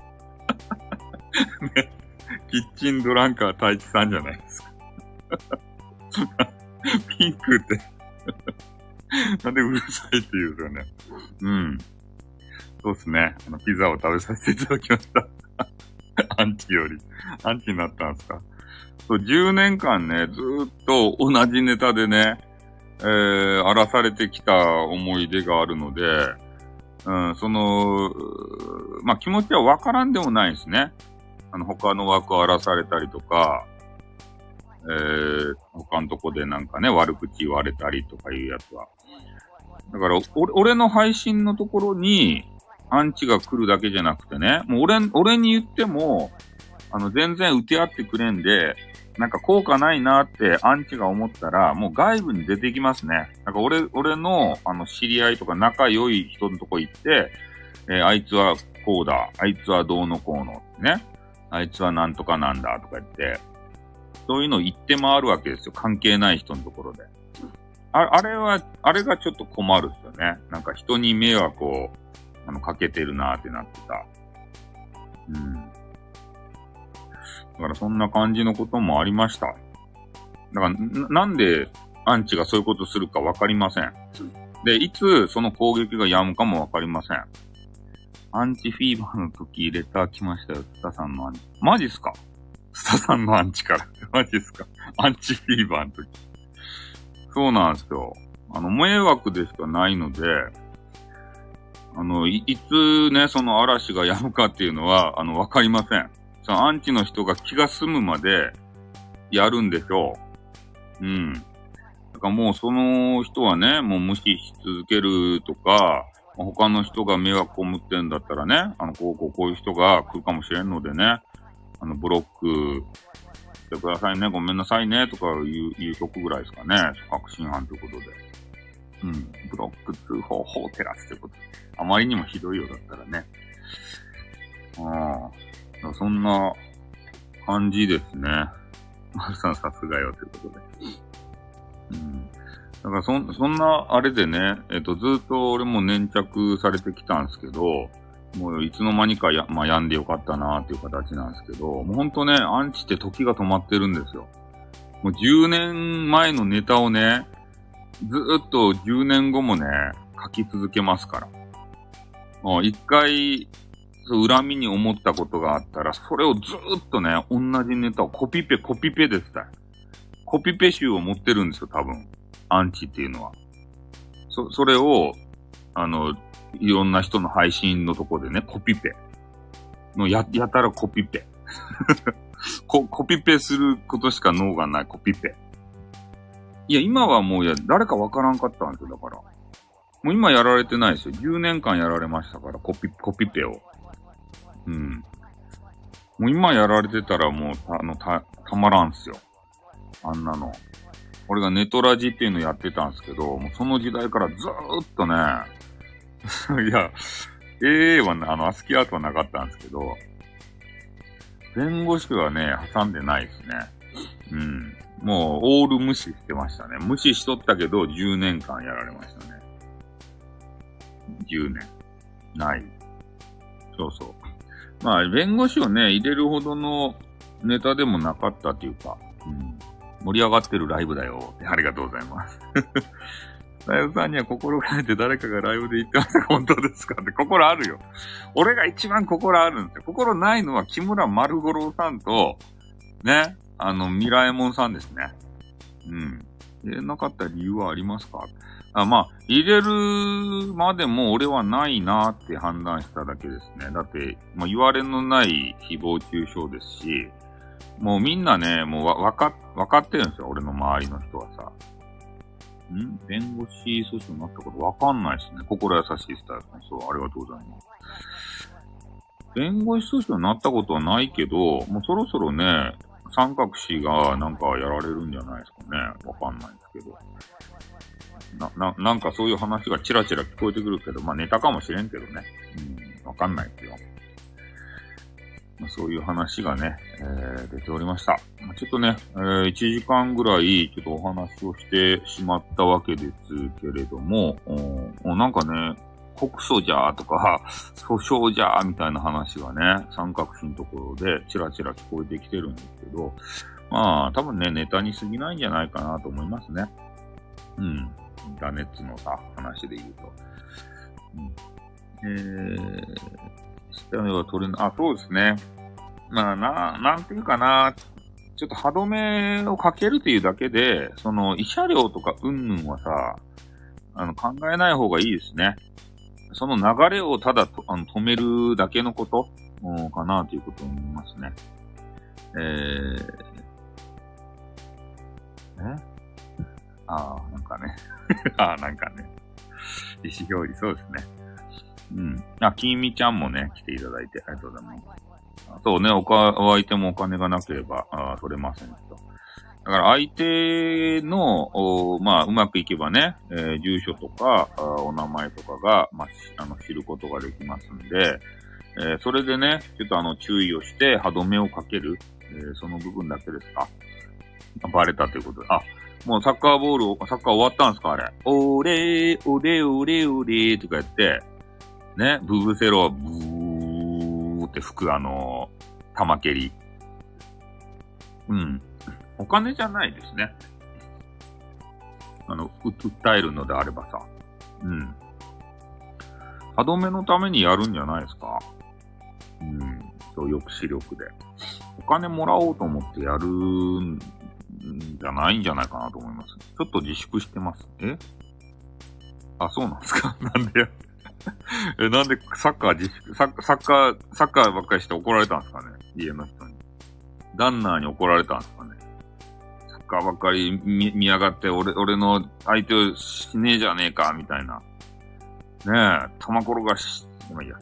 ね、キッチンドランカー太一さんじゃないですか。ピンクってなんでうるさいって言うんですよね。うん。そうですね。あの、ピザを食べさせていただきました。アンチより。アンチになったんですか。そう、じゅうねんかんね、ずーっと同じネタでね、えー、荒らされてきた思い出があるので、うん、その、まあ、気持ちはわからんでもないですね。あの、他の枠荒らされたりとか、えー、他のとこでなんかね、悪口言われたりとかいうやつは。だから、俺、俺の配信のところに、アンチが来るだけじゃなくてね、もう俺、俺に言っても、あの、全然打て合ってくれんで、なんか効果ないなってアンチが思ったら、もう外部に出てきますね。なんか俺、俺の、あの、知り合いとか仲良い人のとこ行って、えー、あいつはこうだ、あいつはどうのこうの、ね。あいつはなんとかなんだ、とか言って、そういうのを言って回るわけですよ。関係ない人のところで。あ、あれは、あれがちょっと困るっすよね。なんか人に迷惑を、あの、かけてるなーってなってた。うん。だからそんな感じのこともありました。だからな、なんでアンチがそういうことするかわかりません。で、いつその攻撃が止むかもわかりません。アンチフィーバーの時レター来ましたよ。スタさんのアンチ。マジっすか？スタさんのアンチから。マジっすか？アンチフィーバーの時。そうなんですよ。あの、迷惑でしかないので、あの、い、いつね、その嵐が止むかっていうのは、あの、わかりません。そのアンチの人が気が済むまでやるんでしょう。うん。だからもうその人はね、もう無視し続けるとか、他の人が迷惑を被ってんだったらね、あの、こう、こう、こういう人が来るかもしれんのでね、あの、ブロックしてくださいね、ごめんなさいね、とか言う、言うとくぐらいですかね。確信犯ということで。うん。ブロック通報法テラスということで。あまりにもひどいようだったらね。ああ。そんな感じですね。マルさんさすがよということで。うん。だからそん、そんなあれでね、えっと、ずっと俺も粘着されてきたんですけど、もういつの間にかや、まあ、病んでよかったなーっていう形なんですけど、もうほんとね、アンチって時が止まってるんですよ。もうじゅうねんまえのネタをね、ずーっとじゅうねんごもね、書き続けますから。もう一回、恨みに思ったことがあったら、それをずーっとね、同じネタをコピペ、コピペですた。コピペ集を持ってるんですよ、多分。アンチっていうのは。そ、それを、あの、いろんな人の配信のとこでね、コピペ。のや、やたらコピペ。コ、コピペすることしか脳がないコピペ。いや、今はもうや、誰かわからんかったんですよ、だから。もう今やられてないですよ。じゅうねんかんやられましたから、コピ、コピペを。 うん。もう今やられてたらもう、あの、た、たまらんすよ。あんなの。俺がネトラジっていうのやってたんですけど、もうその時代からずーっとね、いや、エーエー はね、あの、アスキーアートはなかったんですけど、弁護士はね、挟んでないですね。うん。もう、オール無視してましたね。無視しとったけど、じゅうねんかんやられましたね。じゅうねん。ない。そうそう。まあ、弁護士をね、入れるほどのネタでもなかったっていうか、うん。盛り上がってるライブだよ。ありがとうございます。ライブさんには心がけて誰かがライブで言ってましたか本当ですかって心あるよ。俺が一番心あるんですよ。心ないのは木村丸五郎さんと、ね、あの、ミラエモンさんですね。うん。入れなかった理由はありますかあ、まあ、入れるまでも俺はないなって判断しただけですね。だって、まあ、言われのない誹謗中傷ですし、もうみんなね、もうわ、わか、わかってるんですよ。俺の周りの人はさ。ん弁護士訴訟になったことわかんないですね。心優しいスタイルね。そう、ありがとうございます。弁護士訴訟になったことはないけど、もうそろそろね、三角氏がなんかやられるんじゃないですかね。わかんないですけど。な、な、なんかそういう話がチラチラ聞こえてくるけど、まあネタかもしれんけどね。うん、わかんないですよ。まあ、そういう話がね、えー、出ておりました。まあ、ちょっとね、えー、いちじかんぐらいちょっとお話をしてしまったわけですけれども、おなんかね、告訴じゃーとか、訴訟じゃーみたいな話がね、三角詞のところでチラチラ聞こえてきてるんですけど、まあ、多分ね、ネタに過ぎないんじゃないかなと思いますね。うん。インターネットのさ、話で言うと。うん、えー、下目は取れな、あ、そうですね。まあ、な、なんていうかな、ちょっと歯止めをかけるというだけで、その、慰謝料とかうんぬんはさ、あの、考えない方がいいですね。その流れをただとあの止めるだけのこと、うん、かなということを思いますね。えー、えああ、なんかね。ああ、なんかね。意思表示、そうですね。うん。あ、きみちゃんもね、来ていただいてありがとうございます。そうね、おか、お相手もお金がなければ、あ取れませんと。だから相手の、おまあ、うまくいけばね、えー、住所とかあ、お名前とかが、まあ、あの、知ることができますんで、えー、それでね、ちょっとあの、注意をして歯止めをかける、えー、その部分だけですか。バレたということで。あ、もうサッカーボール、サッカー終わったんですかあれ。おれー、おれおれおれーとかやって、ね、ブブセロ、ブーって吹くあの、玉蹴り。うん。お金じゃないですね。あの、う、訴えるのであればさ。うん。歯止めのためにやるんじゃないですか。うん。そう、抑止力で。お金もらおうと思ってやるんじゃないんじゃないかなと思います。ちょっと自粛してます。えあ、そうなんですかなんでやえ、なんでサッカー自粛、サッサッカー、サッカーばっかりして怒られたんですかね家の人に。旦那に怒られたんですかねサッカーばっかり見、見やがって、俺、俺の相手をしねえじゃねえか、みたいな。ねえ、玉転がし、まあいいや。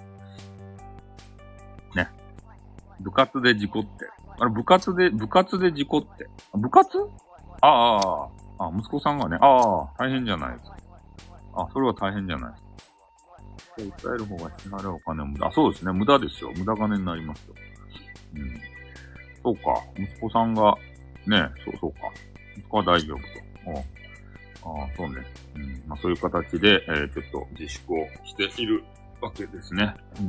ね。部活で事故って。あれ、部活で、部活で事故って。部活ああ、ああ、あ、息子さんがね、ああ、大変じゃないですか。あ、それは大変じゃないですか。訴える方が支払うお金無駄。あ、そうですね。無駄ですよ。無駄金になりますよ。うん。そうか。息子さんが、ね、そう、そうか。息子は大丈夫と。ああ、そうね。うん。まあ、そういう形で、えー、ちょっと自粛をしているわけですね。うん。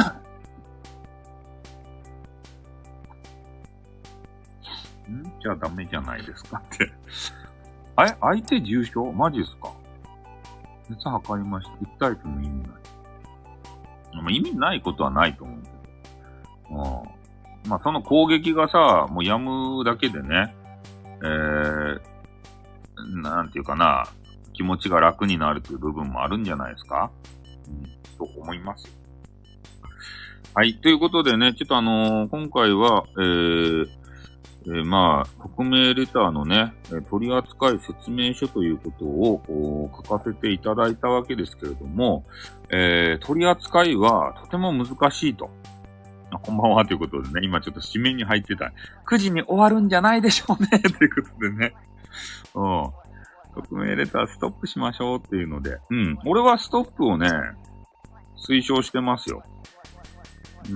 んじゃあダメじゃないですかって。あれ相手重症マジですか熱測りました。訴えても意味ない。まあ、意味ないことはないと思うけど。うん。まあ、その攻撃がさ、もうやむだけでね、えー、なんていうかな、気持ちが楽になるという部分もあるんじゃないですか、うん、と思います。はい。ということでね、ちょっとあのー、今回は、えー、えー、まあ、匿名レターのね、取扱説明書ということを書かせていただいたわけですけれども、えー、取扱いはとても難しいと。 こんばんはということでね、今ちょっと締めに入ってた。くじに終わるんじゃないでしょうね、ということでね。うん。匿名レターストップしましょうっていうので。うん。俺はストップをね、推奨してますよ。うん。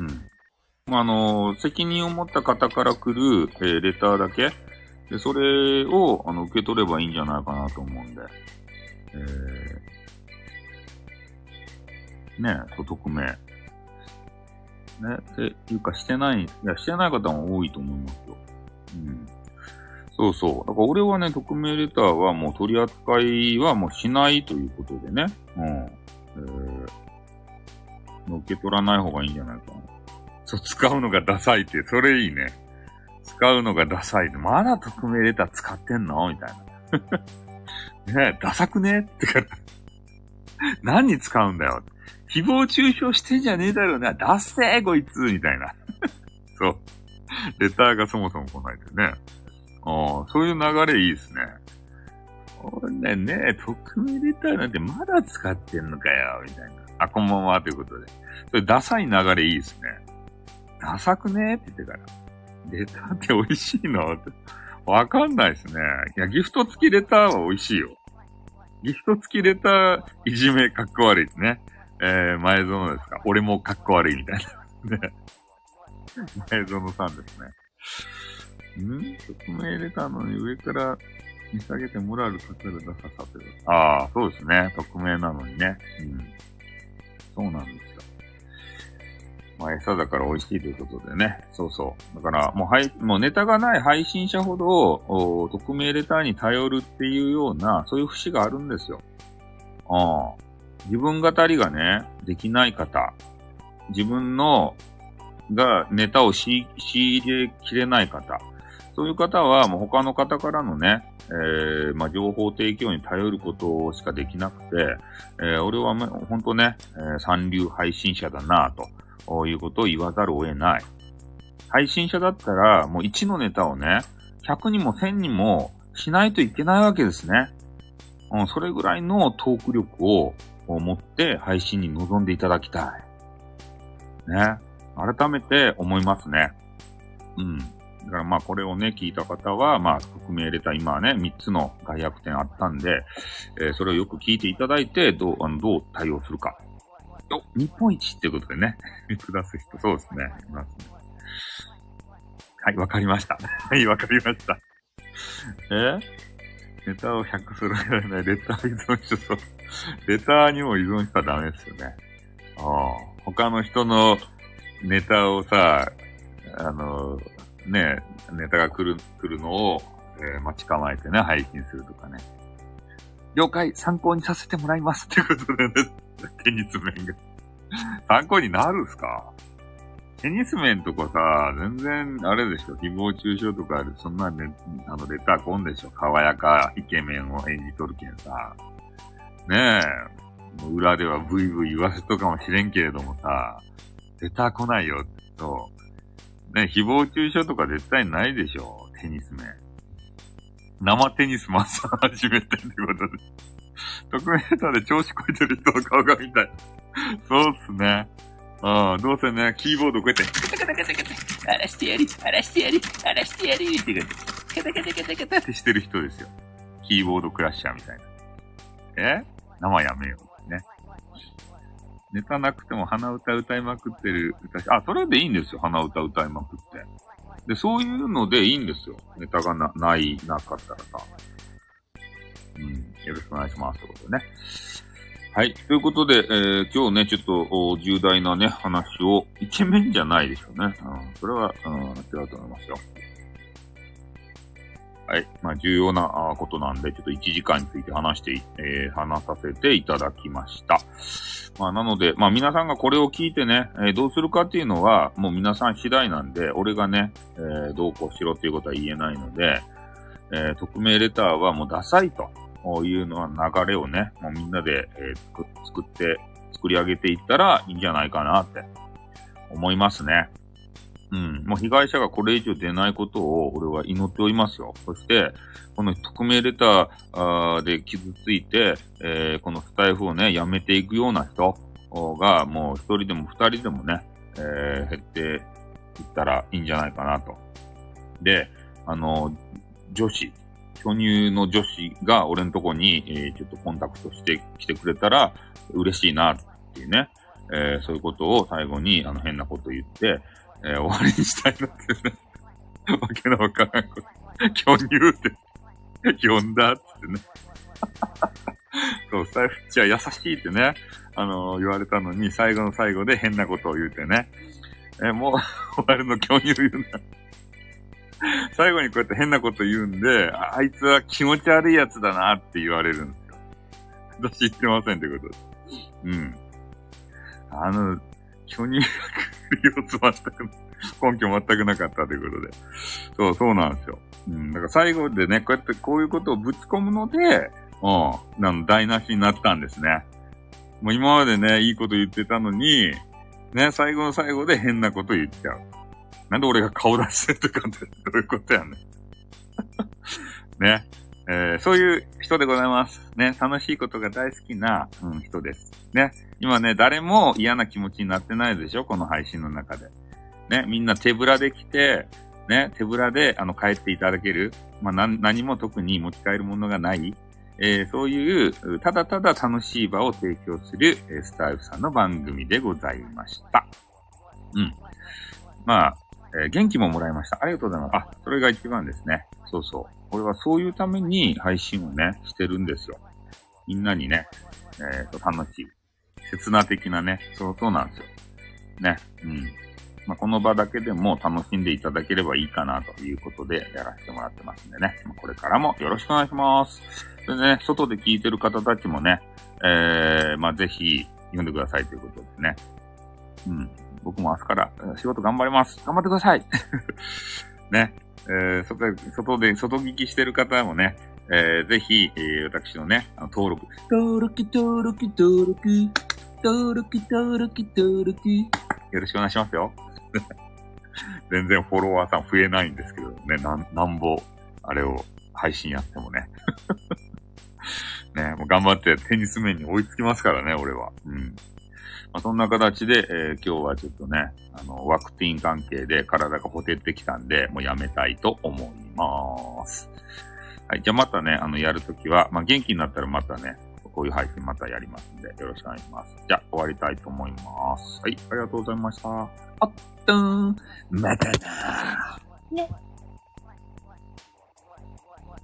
あのー、責任を持った方から来る、えー、レターだけ。で、それを、あの、受け取ればいいんじゃないかなと思うんで。えー、ねえ、匿名。ね、っていうかしてない、いや、してない方も多いと思いますよ。うん。そうそう。だから俺はね、匿名レターはもう取り扱いはもうしないということでね。うん。えー、受け取らない方がいいんじゃないかな。そう、使うのがダサいって、それいいね。使うのがダサいって、まだ匿名レター使ってんのみたいな。ねえ、ダサくねってか、何に使うんだよ。誹謗中傷してんじゃねえだろうな。ダッセーこいつみたいな。そう。レターがそもそも来ないでね。ああ、そういう流れいいですね。これね、匿名レターなんてまだ使ってんのかよ、みたいな。あ、こんばんは、ということで。それダサい流れいいですね。ダサくねって言ってから。レターって美味しいのって。わかんないですね。いや、ギフト付きレターは美味しいよ。ギフト付きレター、いじめかっこ悪いですね。えー、前園ですか。俺もかっこ悪いみたいな。ね。前園さんですね。ん匿名レターのに上から見下げてモラルかかるダサさという。ああ、そうですね。匿名なのにね。うん。そうなんですよ。まあ、餌だから美味しいということでね。そうそう。だから、もう、はい、もうネタがない配信者ほど、匿名レターに頼るっていうような、そういう節があるんですよ。ああ。自分語りがね、できない方。自分の、がネタを仕入れきれない方。そういう方は、もう他の方からのね、えー、まあ、情報提供に頼ることしかできなくて、えー、俺はほんとね、えー、三流配信者だなぁと。こういうことを言わざるを得ない。配信者だったら、もういちのネタをね、ひゃくにもせんにもしないといけないわけですね。うん、それぐらいのトーク力を持って配信に臨んでいただきたい。ね。改めて思いますね。うん。だからまあこれをね、聞いた方は、まあ匿名レター今はね、みっつの害悪点あったんで、えー、それをよく聞いていただいて、どう、あの、どう対応するか。お、日本一っていうことでね、見下す人、そうですね。いますね。はい、わかりました。はい、わかりました。えネタをひゃくするぐらいね、レター依存しそう。レターにも依存したらダメですよね。ああ。他の人のネタをさ、あの、ね、ネタが来る、来るのを、えー、待ち構えてね、配信するとかね。了解、参考にさせてもらいますってことでね。テニス面が。参考になるっすか？テニス面とかさ、全然、あれでしょ、誹謗中傷とかで、そんなね、あの、レター来んでしょ。爽やかイケメンを演じとるけんさ。ねえ、裏ではブイブイ言わせとかもしれんけれどもさ、レター来ないよ、と。ね、誹謗中傷とか絶対ないでしょ、テニス面。生テニスマスター始めてってことで。匿名レターで調子こいてる人の顔が見たい。そうっすね。うん、どうせね、キーボードこうやって、カタカタカタカタ、荒らしてやり、荒らしてやり、荒らしてやりって言って、カタカタカタカタってしてる人ですよ。キーボードクラッシャーみたいな。え生やめよう。ね。ネタなくても鼻歌歌いまくってる歌し、あ、それでいいんですよ。鼻歌歌いまくって。で、そういうのでいいんですよ。ネタがな、ない、なかったらさ。うん、よろしくお願いします。ということでね。はい。ということで、えー、今日ね、ちょっと重大なね、話を、イケメンじゃないでしょうね。うん、それは、うん、違うと思いますよ。はい。まあ、重要なことなんで、ちょっといちじかんについて話して、えー、話させていただきました。まあ、なので、まあ、皆さんがこれを聞いてね、えー、どうするかっていうのは、もう皆さん次第なんで、俺がね、えー、どうこうしろっていうことは言えないので、えー、匿名レターはもうダサいと。こういうのは流れをね、もうみんなで、えー、作作って、作り上げていったらいいんじゃないかなって思いますね。うん。もう被害者がこれ以上出ないことを俺は祈っておりますよ。そして、この匿名レターで傷ついて、えー、このスタイフをね、やめていくような人がもう一人でも二人でもね、えー、減って言ったらいいんじゃないかなと。で、あの、女子、巨乳の女子が俺のとこに、えー、ちょっとコンタクトしてきてくれたら嬉しいなっていうね、えー、そういうことを最後にあの変なこと言って、えー、終わりにしたいなってね、わけのわからんこと。巨乳って呼んだっつってね。そう、スタイフっちは優しいってね、あのー、言われたのに、最後の最後で変なことを言うてね。え、もう、終わるの巨乳言うな。最後にこうやって変なこと言うんで、あ, あいつは気持ち悪いやつだなって言われるんですよ。私言ってませんってことです。うん。あの、巨乳が来る様子全く、根拠全くなかったということで。そう、そうなんですよ。うん。だから最後でね、こうやってこういうことをぶち込むので、うん。なの、台無しになったんですね。もう今までね、いいこと言ってたのに、ね、最後の最後で変なこと言っちゃう。なんで俺が顔出してるとかってどういうことやねん。ね、えー。そういう人でございます。ね。楽しいことが大好きな、うん、人です。ね。今ね、誰も嫌な気持ちになってないでしょこの配信の中で。ね。みんな手ぶらで来て、ね。手ぶらで、あの、帰っていただける。まあ、な、何も特に持ち帰るものがない。えー、そういう、ただただ楽しい場を提供する、えー、スタイフさんの番組でございました。うん。まあ、えー、元気ももらいました。ありがとうございます。あ、それが一番ですね。そうそう。これはそういうために配信をね、してるんですよ。みんなにね、えーと、楽しい。刹那的なね、そうそうなんですよ。ね。うん。まあ、この場だけでも楽しんでいただければいいかなということでやらせてもらってますんでね。これからもよろしくお願いします。でね、外で聞いてる方たちもね、えー、まあ、ぜひ読んでくださいということでね。うん。僕も明日から仕事頑張ります。頑張ってください。ね。えー、外で、外で、外聞きしてる方もね、えー、ぜひ、えー、私のね、あの登録。登録、登録、登録、登録、登録、登録。よろしくお願いしますよ。全然フォロワーさん増えないんですけどね、なん、なんぼ、あれを配信やってもね。ね、もう頑張ってテニス面に追いつきますからね、俺は。うん。まあ、そんな形で、えー、今日はちょっとね、あの、ワクチン関係で体がほてってきたんで、もうやめたいと思います。はい。じゃあまたね、あの、やるときは、まあ、元気になったらまたね、こういう配信またやりますんで、よろしくお願いします。じゃあ、終わりたいと思います。はい。ありがとうございました。あったーん。またなー。ね。